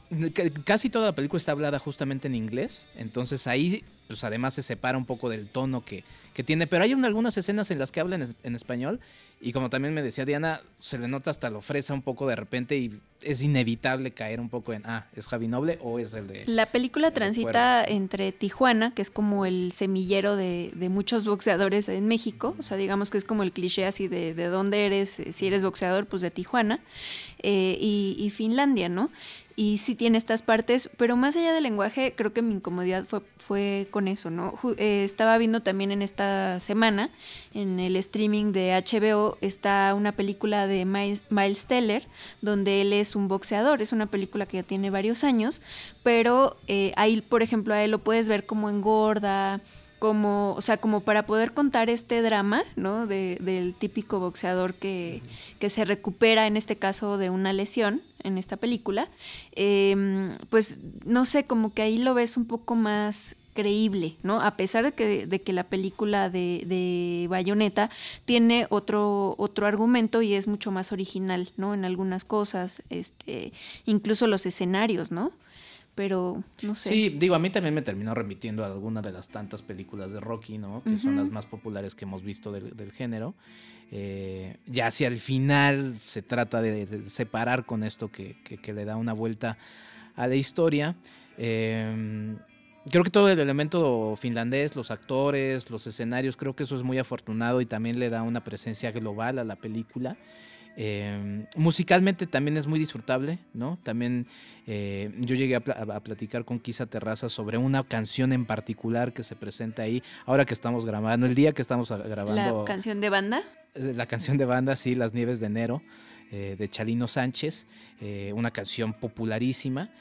Speaker 3: Casi toda la película está hablada justamente en inglés, entonces ahí pues además se separa un poco del tono que tiene, pero hay algunas escenas en las que hablan en español y como también me decía Diana, se le nota hasta lo fresa un poco de repente y es inevitable caer un poco en, ¿es Javi Noble o es el de...?
Speaker 4: La película transita entre Tijuana, que es como el semillero de muchos boxeadores en México, o sea, digamos que es como el cliché así de dónde eres, si eres boxeador, pues de Tijuana, y Finlandia, ¿no? Y sí tiene estas partes, pero más allá del lenguaje, creo que mi incomodidad fue con eso, ¿no? Estaba viendo también en esta semana, en el streaming de HBO, está una película de Miles Teller, donde él es un boxeador. Es una película que ya tiene varios años, pero ahí, por ejemplo, a él lo puedes ver como engorda, como para poder contar este drama, ¿no? Del típico boxeador que se recupera, en este caso, de una lesión, en esta película, pues, no sé, como que ahí lo ves un poco más creíble, ¿no? A pesar de que la película de Bayonetta tiene otro argumento y es mucho más original, ¿no? En algunas cosas, incluso los escenarios, ¿no? Pero no sé.
Speaker 3: Sí, digo, a mí también me terminó remitiendo a alguna de las tantas películas de Rocky, ¿no? Que son las más populares que hemos visto del género. Ya hacia el final se trata de separar con esto que le da una vuelta a la historia. Creo que todo el elemento finlandés, los actores, los escenarios, creo que eso es muy afortunado y también le da una presencia global a la película. Musicalmente también es muy disfrutable, ¿no? También yo llegué a platicar con Kisa Terraza sobre una canción en particular que se presenta ahí, ahora que estamos grabando, el día que estamos grabando.
Speaker 4: ¿La canción de banda?
Speaker 3: La canción de banda, sí, Las Nieves de Enero, de Chalino Sánchez, una canción popularísima.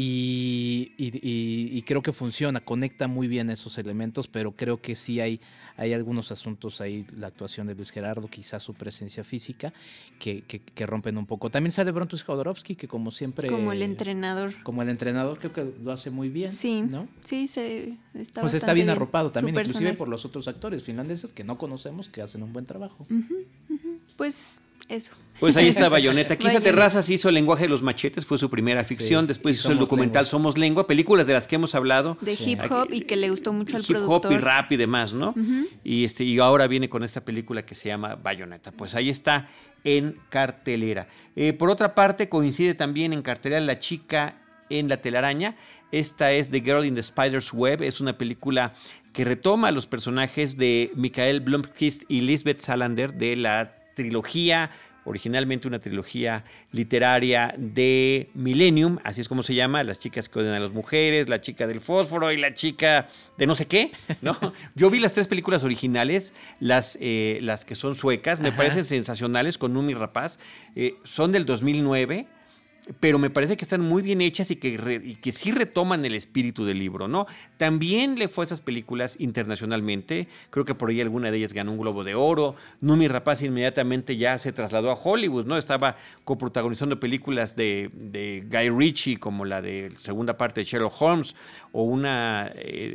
Speaker 3: Y creo que funciona, conecta muy bien esos elementos, pero creo que sí hay algunos asuntos ahí, la actuación de Luis Gerardo, quizás su presencia física, que rompen un poco. También sale Brontos Jodorowsky, que como siempre...
Speaker 4: Como el entrenador.
Speaker 3: Como el entrenador, creo que lo hace muy bien,
Speaker 4: sí,
Speaker 3: ¿no?
Speaker 4: Sí,
Speaker 3: pues está bien arropado también,
Speaker 4: su
Speaker 3: inclusive
Speaker 4: personaje.
Speaker 3: por los otros actores finlandeses que no conocemos, que hacen un buen trabajo.
Speaker 4: Pues... eso.
Speaker 1: Pues ahí está Bayonetta. Kisa Terrazas hizo El lenguaje de los machetes, fue su primera ficción.
Speaker 3: Sí.
Speaker 1: Después
Speaker 3: Y
Speaker 1: hizo el
Speaker 3: Somos
Speaker 1: documental
Speaker 3: Lengua.
Speaker 1: Somos Lengua, películas de las que hemos hablado.
Speaker 4: De hip hop y que le gustó mucho al
Speaker 1: Hip hop
Speaker 4: productor.
Speaker 1: y rap y demás, ¿no? Y ahora viene con esta película que se llama Bayonetta. Pues ahí está en cartelera. Por otra parte, coincide también en cartelera La chica en la telaraña. Esta es The Girl in the Spider's Web. Es una película que retoma los personajes de Mikael Blomkvist y Lisbeth Salander de la trilogía, originalmente una trilogía literaria de Millennium, así es como se llama, Las chicas que odian a las mujeres, La chica del fósforo y La chica de no sé qué, ¿no? Yo vi las 3 películas originales, las que son suecas, me parecen sensacionales, con Noomi Rapace, son del 2009, pero me parece que están muy bien hechas y que sí retoman el espíritu del libro, ¿no? También le fue a esas películas internacionalmente, creo que por ahí alguna de ellas ganó un Globo de Oro. Noomi Rapace inmediatamente ya se trasladó a Hollywood, ¿no? Estaba coprotagonizando películas de Guy Ritchie, como la de segunda parte de Sherlock Holmes, o una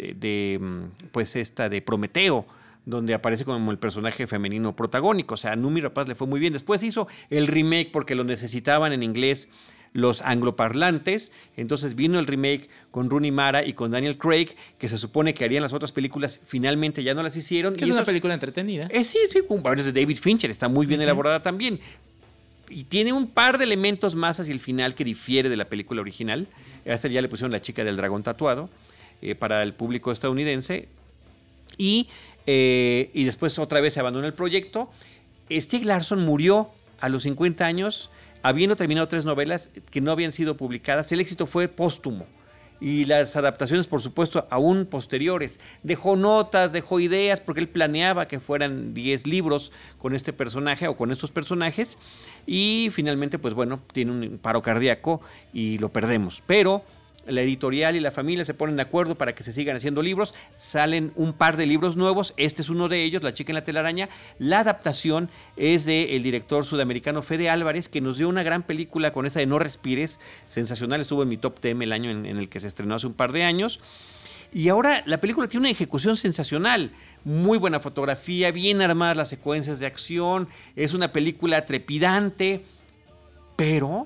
Speaker 1: pues esta de Prometeo, donde aparece como el personaje femenino protagónico. O sea, a Noomi Rapace le fue muy bien. Después hizo el remake porque lo necesitaban en inglés los angloparlantes. Entonces vino el remake con Rooney Mara y con Daniel Craig, que se supone que harían las otras películas. Finalmente ya no las hicieron.
Speaker 3: Que es una película entretenida.
Speaker 1: Sí, con varios de David Fincher. Está muy bien elaborada también. Y tiene un par de elementos más hacia el final que difiere de la película original. Hasta ya le pusieron La chica del dragón tatuado para el público estadounidense. Y después otra vez se abandonó el proyecto. Stieg Larsson murió a los 50 años, habiendo terminado 3 novelas que no habían sido publicadas. El éxito fue póstumo y las adaptaciones, por supuesto, aún posteriores. Dejó notas, dejó ideas, porque él planeaba que fueran 10 libros con este personaje o con estos personajes, y finalmente, pues bueno, tiene un paro cardíaco y lo perdemos. Pero la editorial y la familia se ponen de acuerdo para que se sigan haciendo libros. Salen un par de libros nuevos. Este es uno de ellos, La chica en la telaraña. La adaptación es del director sudamericano Fede Álvarez, que nos dio una gran película con esa de No respires. Sensacional, estuvo en mi top 10 el año en el que se estrenó hace un par de años. Y ahora la película tiene una ejecución sensacional. Muy buena fotografía, bien armadas las secuencias de acción. Es una película trepidante, pero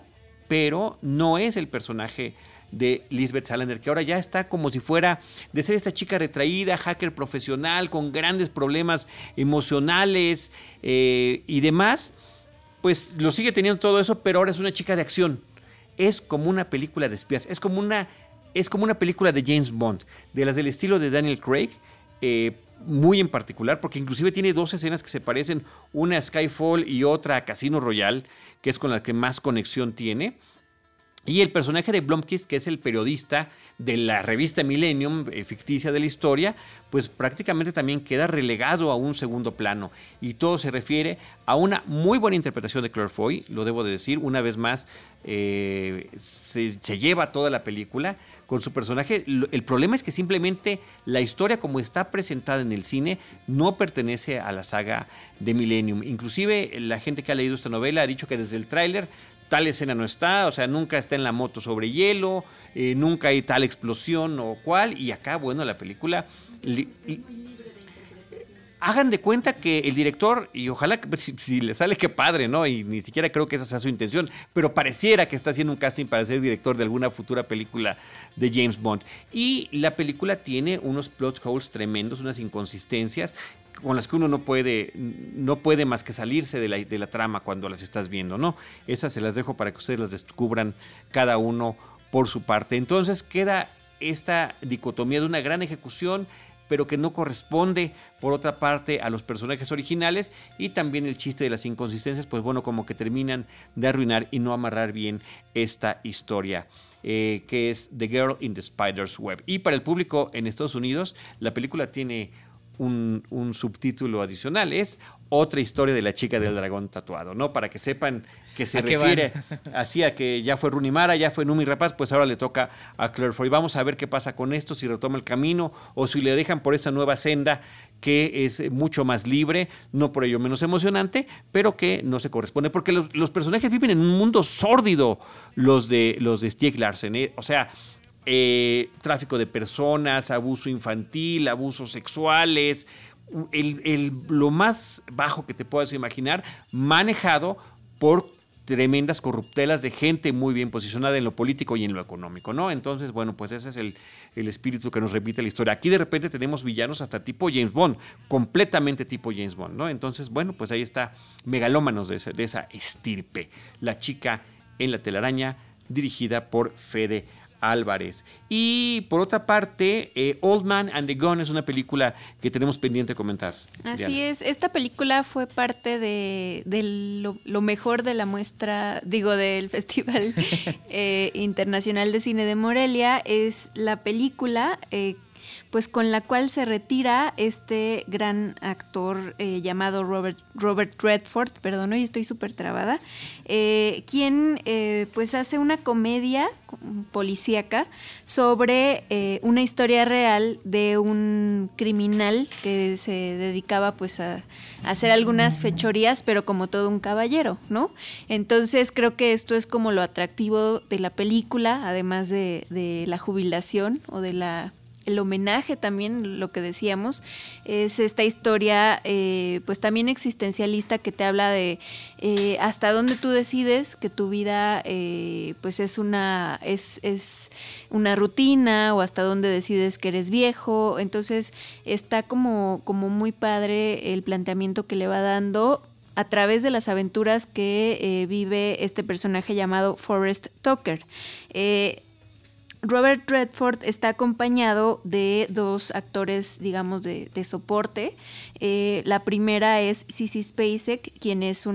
Speaker 1: pero no es el personaje de Lisbeth Salander, que ahora ya está como si fuera de ser esta chica retraída, hacker profesional, con grandes problemas emocionales y demás, pues lo sigue teniendo todo eso, pero ahora es una chica de acción. Es como una película de espías, es como una película de James Bond, de las del estilo de Daniel Craig, muy en particular, porque inclusive tiene 2 escenas que se parecen, una a Skyfall y otra a Casino Royale, que es con la que más conexión tiene. Y el personaje de Blomkist, que es el periodista de la revista Millennium, ficticia de la historia, pues prácticamente también queda relegado a un segundo plano. Y todo se refiere a una muy buena interpretación de Claire Foy, lo debo de decir, una vez más se lleva toda la película con su personaje. El problema es que simplemente la historia como está presentada en el cine no pertenece a la saga de Millennium. Inclusive la gente que ha leído esta novela ha dicho que desde el tráiler tal escena no está, o sea, nunca está en la moto sobre hielo, nunca hay tal explosión o cual, y acá, bueno, la película... Hagan de cuenta que el director, y ojalá si le sale qué padre, ¿no? Y ni siquiera creo que esa sea su intención, pero pareciera que está haciendo un casting para ser director de alguna futura película de James Bond. Y la película tiene unos plot holes tremendos, unas inconsistencias con las que uno no puede más que salirse de la trama cuando las estás viendo, ¿no? Esas se las dejo para que ustedes las descubran cada uno por su parte. Entonces queda esta dicotomía de una gran ejecución, pero que no corresponde, por otra parte, a los personajes originales, y también el chiste de las inconsistencias, pues bueno, como que terminan de arruinar y no amarrar bien esta historia, que es The Girl in the Spider's Web. Y para el público en Estados Unidos, la película tiene un subtítulo adicional, es Otra historia de la chica del dragón tatuado, ¿no? Para que sepan que se refiere así a que ya fue Rooney Mara, ya fue Noomi Rapace, pues ahora le toca a Claire Foy. Vamos a ver qué pasa con esto, si retoma el camino o si le dejan por esa nueva senda que es mucho más libre, no por ello menos emocionante, pero que no se corresponde, porque los personajes viven en un mundo sórdido, los de Stieg Larsson, o sea, tráfico de personas, abuso infantil, abusos sexuales, lo más bajo que te puedas imaginar, manejado por tremendas corruptelas de gente muy bien posicionada en lo político y en lo económico, ¿no? Entonces, bueno, pues ese es el espíritu que nos repite la historia. Aquí de repente tenemos villanos hasta tipo James Bond, completamente tipo James Bond, ¿no? Entonces, bueno, pues ahí está Megalómanos de esa estirpe. La chica en la telaraña, dirigida por Fede Álvarez. Y por otra parte, Old Man and the Gun es una película que tenemos pendiente de comentar.
Speaker 4: Así
Speaker 1: Diana.
Speaker 4: es, esta película fue parte de lo mejor de la muestra, del Festival Internacional de Cine de Morelia. Es la película pues con la cual se retira este gran actor llamado Robert Redford, perdón, hoy estoy súper trabada, quien pues hace una comedia policíaca sobre una historia real de un criminal que se dedicaba pues a hacer algunas fechorías, pero como todo un caballero, ¿no? Entonces creo que esto es como lo atractivo de la película, además de la jubilación o de el homenaje también, lo que decíamos, es esta historia pues también existencialista que te habla de hasta dónde tú decides que tu vida pues es una rutina, o hasta dónde decides que eres viejo. Entonces está como muy padre el planteamiento que le va dando a través de las aventuras que vive este personaje llamado Forrest Tucker. Robert Redford está acompañado de 2 actores, digamos, de soporte. La primera es Sissy Spacek, quien es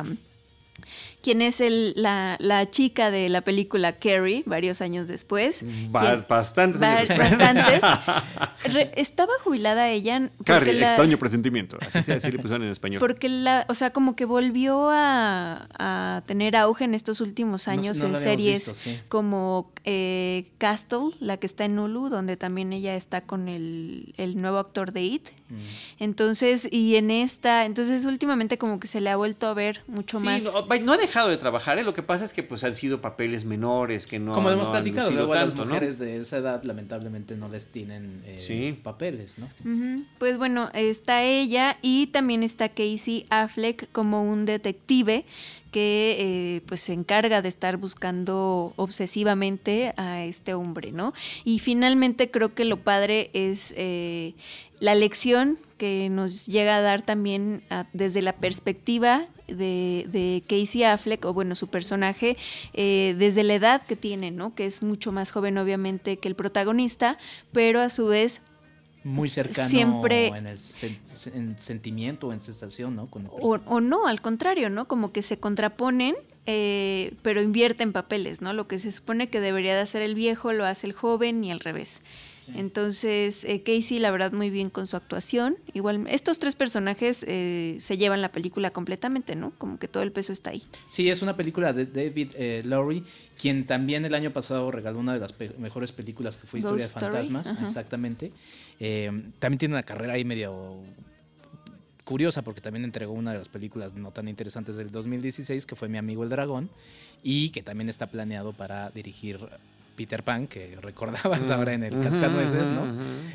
Speaker 4: la chica de la película Carrie, varios años después.
Speaker 1: Bastantes años después.
Speaker 4: Bastantes. Estaba jubilada ella.
Speaker 1: Carrie, extraño presentimiento. Así le pusieron en español.
Speaker 4: Porque como que volvió a tener auge en estos últimos años en series visto, sí, como Castle, la que está en Hulu, donde también ella está con el nuevo actor de It. Entonces últimamente como que se le ha vuelto a ver mucho más.
Speaker 1: No ha dejado de trabajar, lo que pasa es que pues han sido papeles menores que no.
Speaker 3: Como hemos platicado, luego
Speaker 1: tanto,
Speaker 3: las mujeres de esa edad lamentablemente no les tienen papeles, ¿no?
Speaker 4: Uh-huh. Pues bueno, está ella y también está Casey Affleck como un detective que pues se encarga de estar buscando obsesivamente a este hombre, ¿no? Y finalmente creo que lo padre es la lección que nos llega a dar también desde la perspectiva de Casey Affleck, o bueno, su personaje, desde la edad que tiene, ¿no? Que es mucho más joven, obviamente, que el protagonista, pero a su vez
Speaker 3: muy cercano
Speaker 4: siempre
Speaker 3: en sentimiento o en sensación, ¿no?
Speaker 4: O no, al contrario, ¿no? Como que se contraponen, pero invierten papeles, ¿no? Lo que se supone que debería de hacer el viejo lo hace el joven y al revés. Sí. Entonces, Casey, la verdad, muy bien con su actuación. Igual, estos tres personajes se llevan la película completamente, ¿no? Como que todo el peso está ahí.
Speaker 3: Sí, es una película de David Lowery, quien también el año pasado regaló una de las mejores películas, que fue Historia de Fantasmas. Ajá. Exactamente. También tiene una carrera ahí medio curiosa, porque también entregó una de las películas no tan interesantes del 2016, que fue Mi amigo el dragón, y que también está planeado para dirigir Peter Pan, que recordabas ahora en el Cascanueces, ¿no?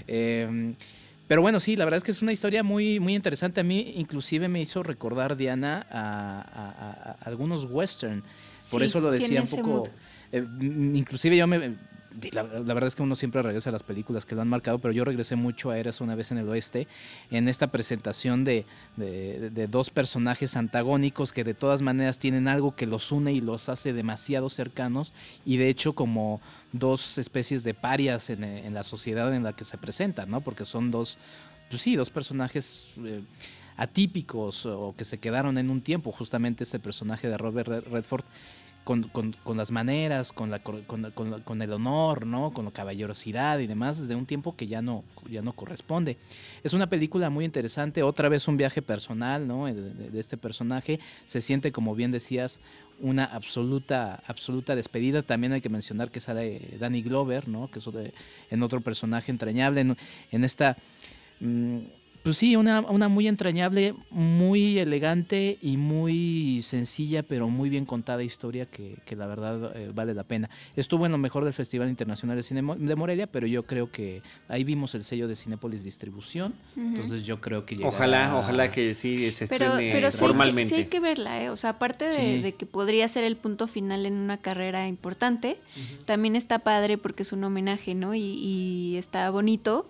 Speaker 3: Pero bueno, sí, la verdad es que es una historia muy, muy interesante. A mí inclusive me hizo recordar, Diana, a algunos western. Por eso lo decía un poco. Inclusive yo la verdad es que uno siempre regresa a las películas que lo han marcado, pero yo regresé mucho a Érase una vez en el oeste, en esta presentación de dos personajes antagónicos que de todas maneras tienen algo que los une y los hace demasiado cercanos, y de hecho como dos especies de parias en la sociedad en la que se presentan, ¿no? Porque son dos personajes atípicos, o que se quedaron en un tiempo. Justamente este personaje de Robert Redford con las maneras, con el honor, ¿no? Con la caballerosidad y demás, de un tiempo que ya no corresponde. Es una película muy interesante, otra vez un viaje personal, ¿no? de este personaje. Se siente, como bien decías, una absoluta despedida. También hay que mencionar que sale Danny Glover, ¿no? Que es en otro personaje entrañable, en esta... Pues sí, una muy entrañable, muy elegante y muy sencilla, pero muy bien contada historia que la verdad vale la pena. Estuvo en lo mejor del Festival Internacional de Cine de Morelia, pero yo creo que ahí vimos el sello de Cinépolis Distribución, entonces yo creo que llegará...
Speaker 1: Ojalá que sí se estrene
Speaker 4: pero
Speaker 1: formalmente.
Speaker 4: Sí hay que verla, o sea, aparte de que podría ser el punto final en una carrera importante, también está padre porque es un homenaje, ¿no? Y está bonito.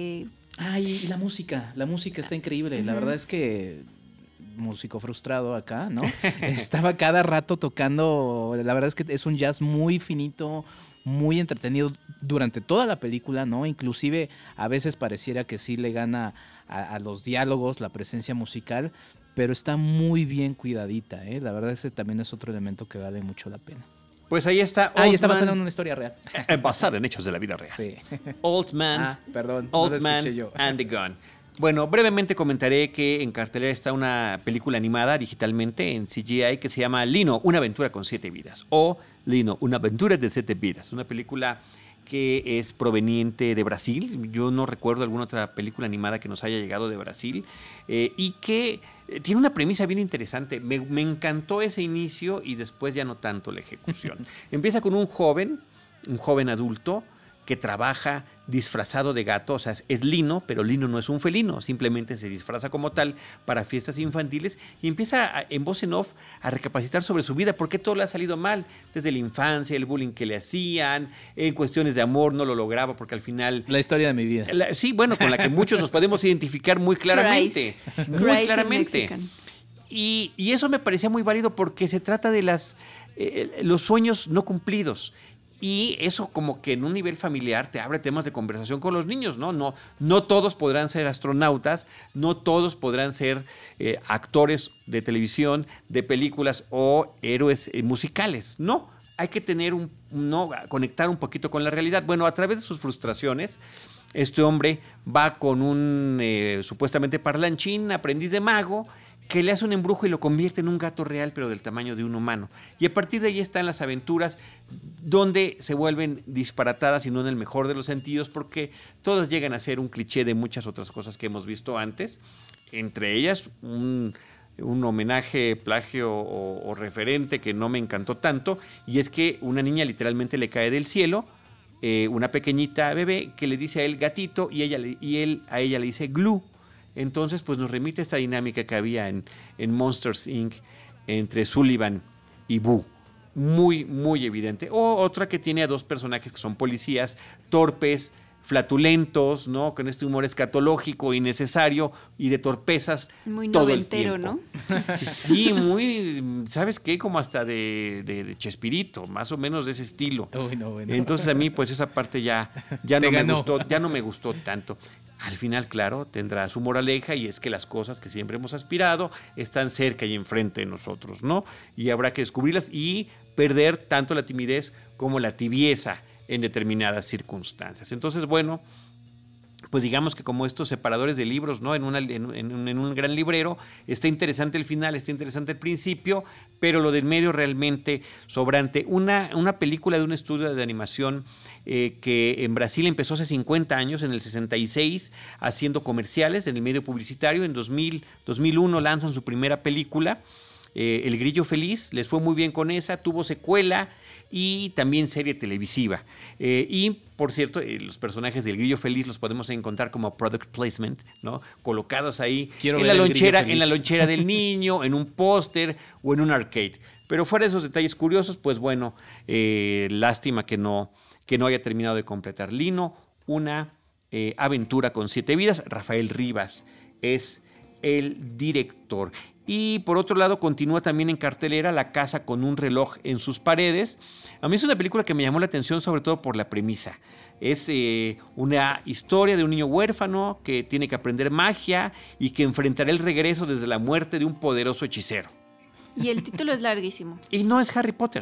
Speaker 3: Y la música está increíble. La verdad es que músico frustrado acá, ¿no? Estaba cada rato tocando. La verdad es que es un jazz muy finito, muy entretenido durante toda la película, ¿no? Inclusive a veces pareciera que sí le gana a los diálogos la presencia musical, pero está muy bien cuidadita, ¿eh? La verdad ese también es otro elemento que vale mucho la pena.
Speaker 1: Pues ahí está.
Speaker 3: Y está basada en una historia real.
Speaker 1: Basada en hechos de la vida real.
Speaker 3: Sí.
Speaker 1: Old Man,
Speaker 3: perdón,
Speaker 1: Old Man and the Gun. Bueno, brevemente comentaré que en cartelera está una película animada digitalmente en CGI que se llama Lino, una aventura con 7 vidas. O Lino, una aventura de 7 vidas. Una película que es proveniente de Brasil. Yo no recuerdo alguna otra película animada que nos haya llegado de Brasil, y que tiene una premisa bien interesante. Me encantó ese inicio y después ya no tanto la ejecución. Empieza con un joven adulto que trabaja disfrazado de gato, o sea, es Lino, pero Lino no es un felino, simplemente se disfraza como tal para fiestas infantiles y empieza en voz en off a recapacitar sobre su vida, por qué todo le ha salido mal, desde la infancia, el bullying que le hacían, en cuestiones de amor no lo lograba porque al final...
Speaker 3: La historia de mi vida.
Speaker 1: Sí, bueno, con la que muchos nos podemos identificar muy claramente. Muy claramente. Y eso me parecía muy válido porque se trata de los sueños no cumplidos. Y eso como que en un nivel familiar te abre temas de conversación con los niños, ¿no? No todos podrán ser astronautas, no todos podrán ser actores de televisión, de películas o héroes musicales, no. Hay que conectar un poquito con la realidad. Bueno, a través de sus frustraciones, este hombre va con un supuestamente parlanchín, aprendiz de mago, que le hace un embrujo y lo convierte en un gato real, pero del tamaño de un humano. Y a partir de ahí están las aventuras donde se vuelven disparatadas y no en el mejor de los sentidos, porque todas llegan a ser un cliché de muchas otras cosas que hemos visto antes, entre ellas un homenaje, plagio o referente que no me encantó tanto, y es que una niña literalmente le cae del cielo, una pequeñita bebé que le dice a él gatito y él a ella le dice glue. Entonces, pues nos remite a esta dinámica que había en Monsters, Inc., entre Sullivan y Boo. Muy, muy evidente. O otra que tiene a dos personajes que son policías, torpes, flatulentos, ¿no? Con este humor escatológico, innecesario y de torpezas
Speaker 4: Muy
Speaker 1: todo el
Speaker 4: noventero,
Speaker 1: tiempo.
Speaker 4: ¿no?
Speaker 1: Sí, muy, ¿sabes qué? Como hasta de Chespirito, más o menos de ese estilo.
Speaker 3: Uy, no, bueno.
Speaker 1: Entonces a mí pues esa parte ya
Speaker 3: Te
Speaker 1: no me
Speaker 3: ganó.
Speaker 1: gustó, ya no me gustó tanto. Al final, claro, tendrá su moraleja y es que las cosas que siempre hemos aspirado están cerca y enfrente de nosotros, ¿no? Y habrá que descubrirlas y perder tanto la timidez como la tibieza en determinadas circunstancias. Entonces, bueno, pues digamos que como estos separadores de libros, ¿no? En un gran librero, está interesante el final, está interesante el principio, pero lo del medio realmente sobrante. Una película de un estudio de animación que en Brasil empezó hace 50 años, en el 66, haciendo comerciales en el medio publicitario. En 2001 lanzan su primera película, El Grillo Feliz. Les fue muy bien con esa, tuvo secuela y también serie televisiva. Y, por cierto, los personajes del Grillo Feliz los podemos encontrar como product placement, ¿no? Colocados ahí
Speaker 3: Quiero
Speaker 1: en
Speaker 3: ver
Speaker 1: la
Speaker 3: el
Speaker 1: lonchera,
Speaker 3: Grillo
Speaker 1: en la
Speaker 3: Feliz.
Speaker 1: lonchera del niño, en un póster o en un arcade. Pero fuera de esos detalles curiosos, pues bueno, lástima que no haya terminado de completar. Lino, una aventura con 7 vidas. Rafael Rivas es el director. Y por otro lado continúa también en cartelera La casa con un reloj en sus paredes. A mí es una película que me llamó la atención sobre todo por la premisa. Es una historia de un niño huérfano que tiene que aprender magia y que enfrentará el regreso desde la muerte de un poderoso hechicero.
Speaker 4: Y el título es larguísimo.
Speaker 1: Y no es Harry Potter.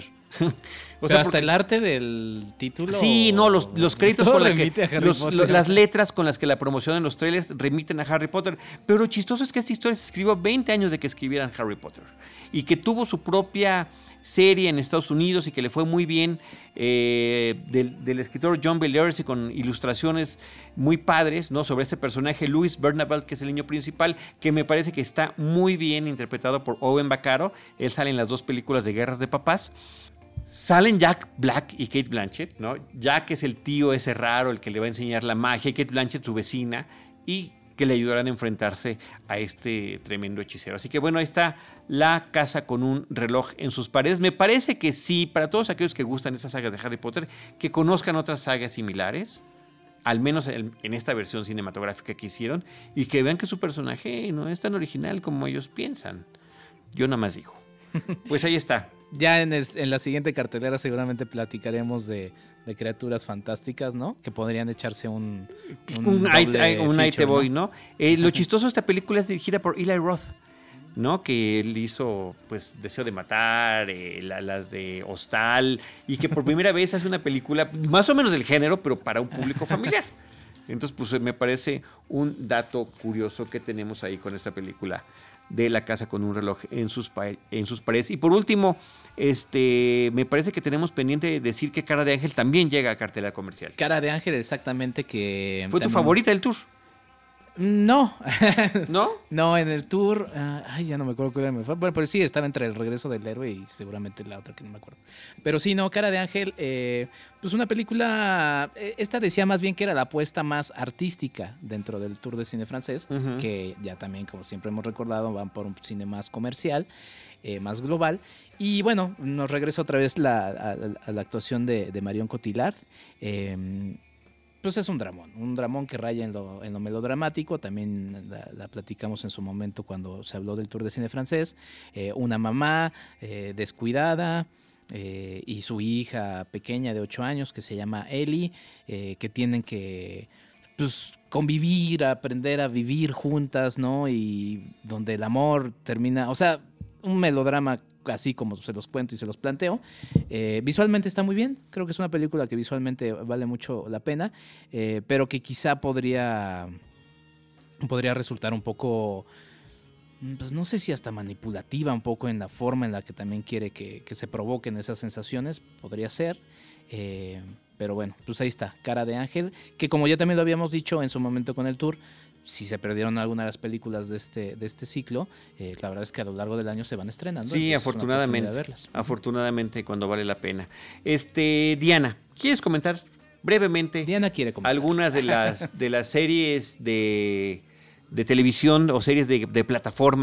Speaker 3: O sea, hasta el arte del título.
Speaker 1: Sí, no, los créditos
Speaker 3: todo
Speaker 1: con
Speaker 3: remite a Harry Potter.
Speaker 1: las letras con las que la promocionan los trailers remiten a Harry Potter. Pero lo chistoso es que esta historia se escribió 20 años de que escribieran Harry Potter. Y que tuvo su propia serie en Estados Unidos y que le fue muy bien, del escritor John Bellairs, y con ilustraciones muy padres, ¿no? Sobre este personaje Louis Bernabelt, que es el niño principal, que me parece que está muy bien interpretado por Owen Bacaro. Él sale en las 2 películas de Guerras de Papás. Salen Jack Black y Kate Blanchett, ¿no? Jack es el tío ese raro, el que le va a enseñar la magia, y Kate Blanchett su vecina, y que le ayudarán a enfrentarse a este tremendo hechicero. Así que bueno, ahí está La casa con un reloj en sus paredes. Me parece que sí, para todos aquellos que gustan esas sagas de Harry Potter, que conozcan otras sagas similares, al menos en esta versión cinematográfica que hicieron, y que vean que su personaje no es tan original como ellos piensan. Yo nada más digo. Pues ahí está.
Speaker 3: Ya en la siguiente cartelera seguramente platicaremos de criaturas fantásticas, ¿no? Que podrían echarse un
Speaker 1: Ahí
Speaker 3: feature,
Speaker 1: te voy,
Speaker 3: ¿no?
Speaker 1: ¿no? Lo chistoso de esta película es dirigida por Eli Roth, ¿no? Que él hizo, pues, Deseo de Matar, las de Hostal, y que por primera vez hace una película más o menos del género, pero para un público familiar. Entonces, pues, me parece un dato curioso que tenemos ahí con esta película de La casa con un reloj en sus paredes. Y por último, me parece que tenemos pendiente decir que Cara de Ángel también llega a cartelera comercial.
Speaker 3: Cara de Ángel, exactamente, que...
Speaker 1: ¿Fue tu
Speaker 3: también...
Speaker 1: favorita del tour?
Speaker 3: No.
Speaker 1: ¿No?
Speaker 3: No, en el tour... ya no me acuerdo cuál me fue. Bueno, pero sí, estaba entre El regreso del héroe y seguramente la otra que no me acuerdo. Pero sí, no, Cara de Ángel, pues una película... esta decía más bien que era la apuesta más artística dentro del tour de cine francés, que ya también, como siempre hemos recordado, van por un cine más comercial, más global. Y bueno, nos regresa otra vez a la actuación de Marion Cotillard. Pues es un dramón que raya en lo melodramático. También la platicamos en su momento cuando se habló del Tour de Cine Francés. Una mamá descuidada y su hija pequeña de 8 años que se llama Ellie, que tienen que, pues, convivir, aprender a vivir juntas, ¿no? Y donde el amor termina, o sea, un melodrama así como se los cuento y se los planteo. Visualmente está muy bien, creo que es una película que visualmente vale mucho la pena, pero que quizá podría resultar un poco, pues no sé si hasta manipulativa un poco en la forma en la que también quiere que se provoquen esas sensaciones, podría ser. Pero bueno, pues ahí está, Cara de Ángel, que como ya también lo habíamos dicho en su momento con el tour, si se perdieron algunas de las películas de este ciclo, la verdad es que a lo largo del año se van estrenando.
Speaker 1: Sí, afortunadamente cuando vale la pena. Diana, ¿quieres comentar brevemente?
Speaker 3: Diana quiere comentar.
Speaker 1: Algunas de las series de televisión o series de plataforma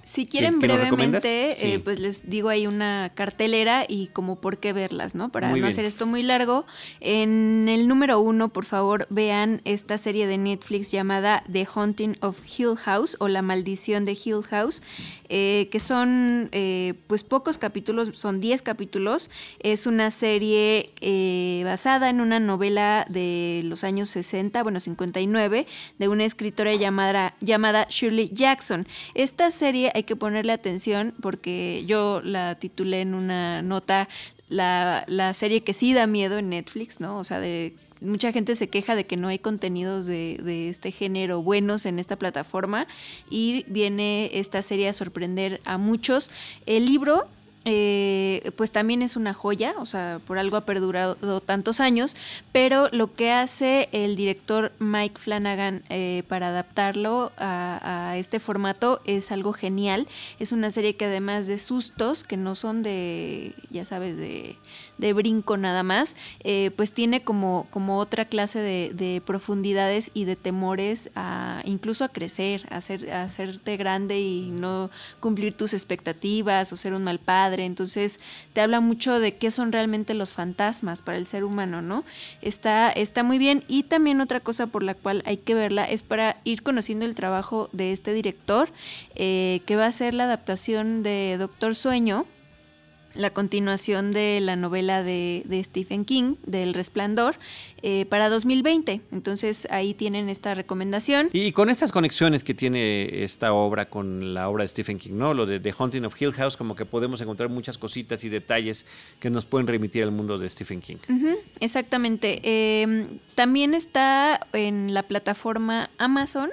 Speaker 4: Si quieren
Speaker 1: ¿Qué nos
Speaker 4: brevemente,
Speaker 1: recomiendas? Sí.
Speaker 4: pues les digo ahí una cartelera y como por qué verlas, ¿no? Para
Speaker 1: Muy
Speaker 4: no
Speaker 1: bien.
Speaker 4: hacer esto muy largo. En el número 1, por favor, vean esta serie de Netflix llamada The Haunting of Hill House o La Maldición de Hill House, que son pues pocos capítulos, son 10 capítulos. Es una serie basada en una novela de los años 60, bueno, 59, de una escritora llamada Shirley Jackson. Esta serie hay que ponerle atención porque yo la titulé en una nota la serie que sí da miedo en Netflix, ¿no? O sea, mucha gente se queja de que no hay contenidos de este género buenos en esta plataforma y viene esta serie a sorprender a muchos. El libro pues también es una joya, o sea, por algo ha perdurado tantos años, pero lo que hace el director Mike Flanagan para adaptarlo a este formato es algo genial. Es una serie que además de sustos, que no son de, ya sabes, de brinco nada más, pues tiene como otra clase de profundidades y de temores incluso a crecer, a hacerte grande y no cumplir tus expectativas o ser un mal padre. Entonces te habla mucho de qué son realmente los fantasmas para el ser humano, ¿no? Está muy bien. Y también otra cosa por la cual hay que verla es para ir conociendo el trabajo de este director, que va a ser la adaptación de Doctor Sueño, la continuación de la novela de Stephen King, del Resplandor, para 2020. Entonces ahí tienen esta recomendación.
Speaker 1: Y con estas conexiones que tiene esta obra con la obra de Stephen King, ¿no? Lo de The Haunting of Hill House, como que podemos encontrar muchas cositas y detalles que nos pueden remitir al mundo de Stephen King.
Speaker 4: Uh-huh, exactamente. También está en la plataforma Amazon,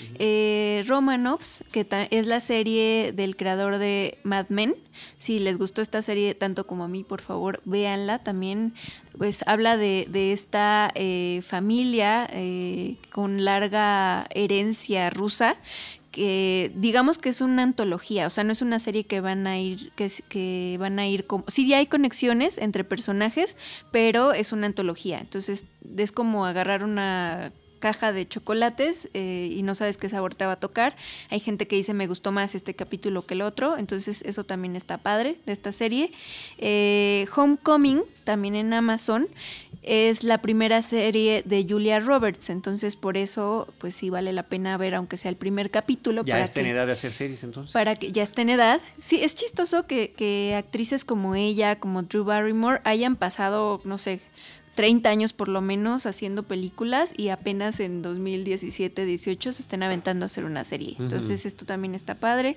Speaker 4: Romanovs, que es la serie del creador de Mad Men. Si les gustó esta serie tanto como a mí, por favor, véanla. También pues habla de esta familia con larga herencia rusa, que digamos que es una antología, o sea, no es una serie que van a ir como, sí hay conexiones entre personajes, pero es una antología. Entonces es como agarrar una caja de chocolates y no sabes qué sabor te va a tocar. Hay gente que dice me gustó más este capítulo que el otro, entonces eso también está padre de esta serie. Homecoming, también en Amazon, es la primera serie de Julia Roberts, entonces por eso pues sí vale la pena ver aunque sea el primer capítulo.
Speaker 1: ¿Ya está en edad de hacer series entonces?
Speaker 4: Para que ya esté en edad. Sí, es chistoso que actrices como ella, como Drew Barrymore, hayan pasado, no sé, 30 años por lo menos haciendo películas y apenas en 2017-18 se estén aventando a hacer una serie. Entonces esto también está padre.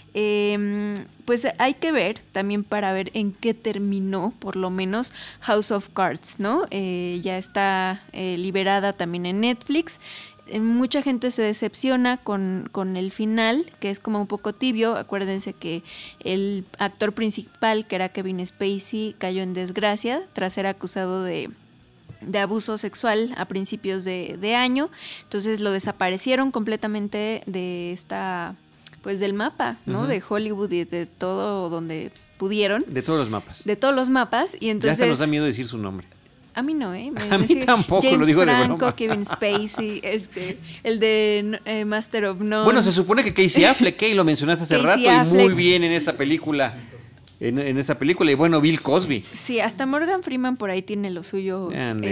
Speaker 4: Pues hay que ver también para ver en qué terminó por lo menos House of Cards, ¿no? Ya está liberada también en Netflix. Mucha gente se decepciona con el final, que es como un poco tibio. Acuérdense que el actor principal, que era Kevin Spacey, cayó en desgracia tras ser acusado de abuso sexual a principios de año. Entonces lo desaparecieron completamente de pues del mapa, ¿no? De Hollywood y de todo donde pudieron.
Speaker 1: De todos los mapas.
Speaker 4: De todos los mapas. Y entonces,
Speaker 1: ya hasta nos da miedo decir su nombre.
Speaker 4: A mí no, ¿eh?
Speaker 1: A mí tampoco,
Speaker 4: James
Speaker 1: lo digo
Speaker 4: Franco,
Speaker 1: de broma.
Speaker 4: Kevin Spacey, el de Master of None.
Speaker 1: Bueno, se supone que Casey Affleck, lo mencionaste hace
Speaker 4: Casey
Speaker 1: rato,
Speaker 4: Affleck.
Speaker 1: y muy bien en esta película. En esta película, y bueno, Bill Cosby.
Speaker 4: Sí, hasta Morgan Freeman por ahí tiene lo suyo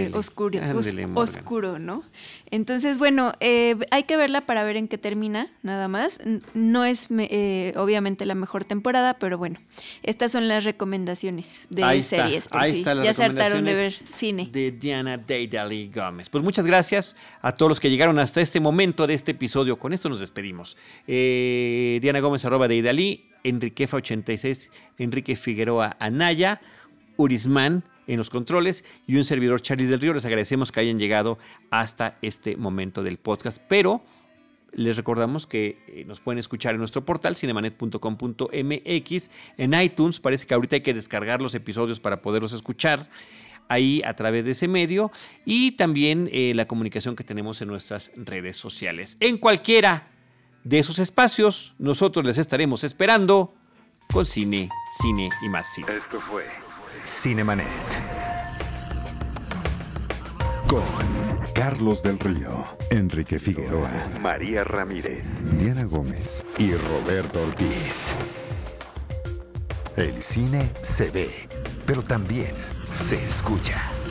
Speaker 4: oscuro, ¿no? Entonces, bueno, hay que verla para ver en qué termina, nada más. No es obviamente la mejor temporada, pero bueno, estas son las recomendaciones de series, por si ya se hartaron de ver cine.
Speaker 1: De Diana Deidali Gómez. Pues muchas gracias a todos los que llegaron hasta este momento de este episodio. Con esto nos despedimos. Diana Gómez, @Deidali, Enriquefa86, Enrique Figueroa Anaya, Urismán en los controles y un servidor, Charlie del Río. Les agradecemos que hayan llegado hasta este momento del podcast, pero les recordamos que nos pueden escuchar en nuestro portal cinemanet.com.mx, en iTunes. Parece que ahorita hay que descargar los episodios para poderlos escuchar ahí a través de ese medio, y también la comunicación que tenemos en nuestras redes sociales. En cualquiera de esos espacios, nosotros les estaremos esperando con cine y más cine.
Speaker 2: Esto fue Cinemanet. Con Carlos del Río, Enrique Figueroa, María Ramírez, Diana Gómez y Roberto Ortiz. El cine se ve, pero también se escucha.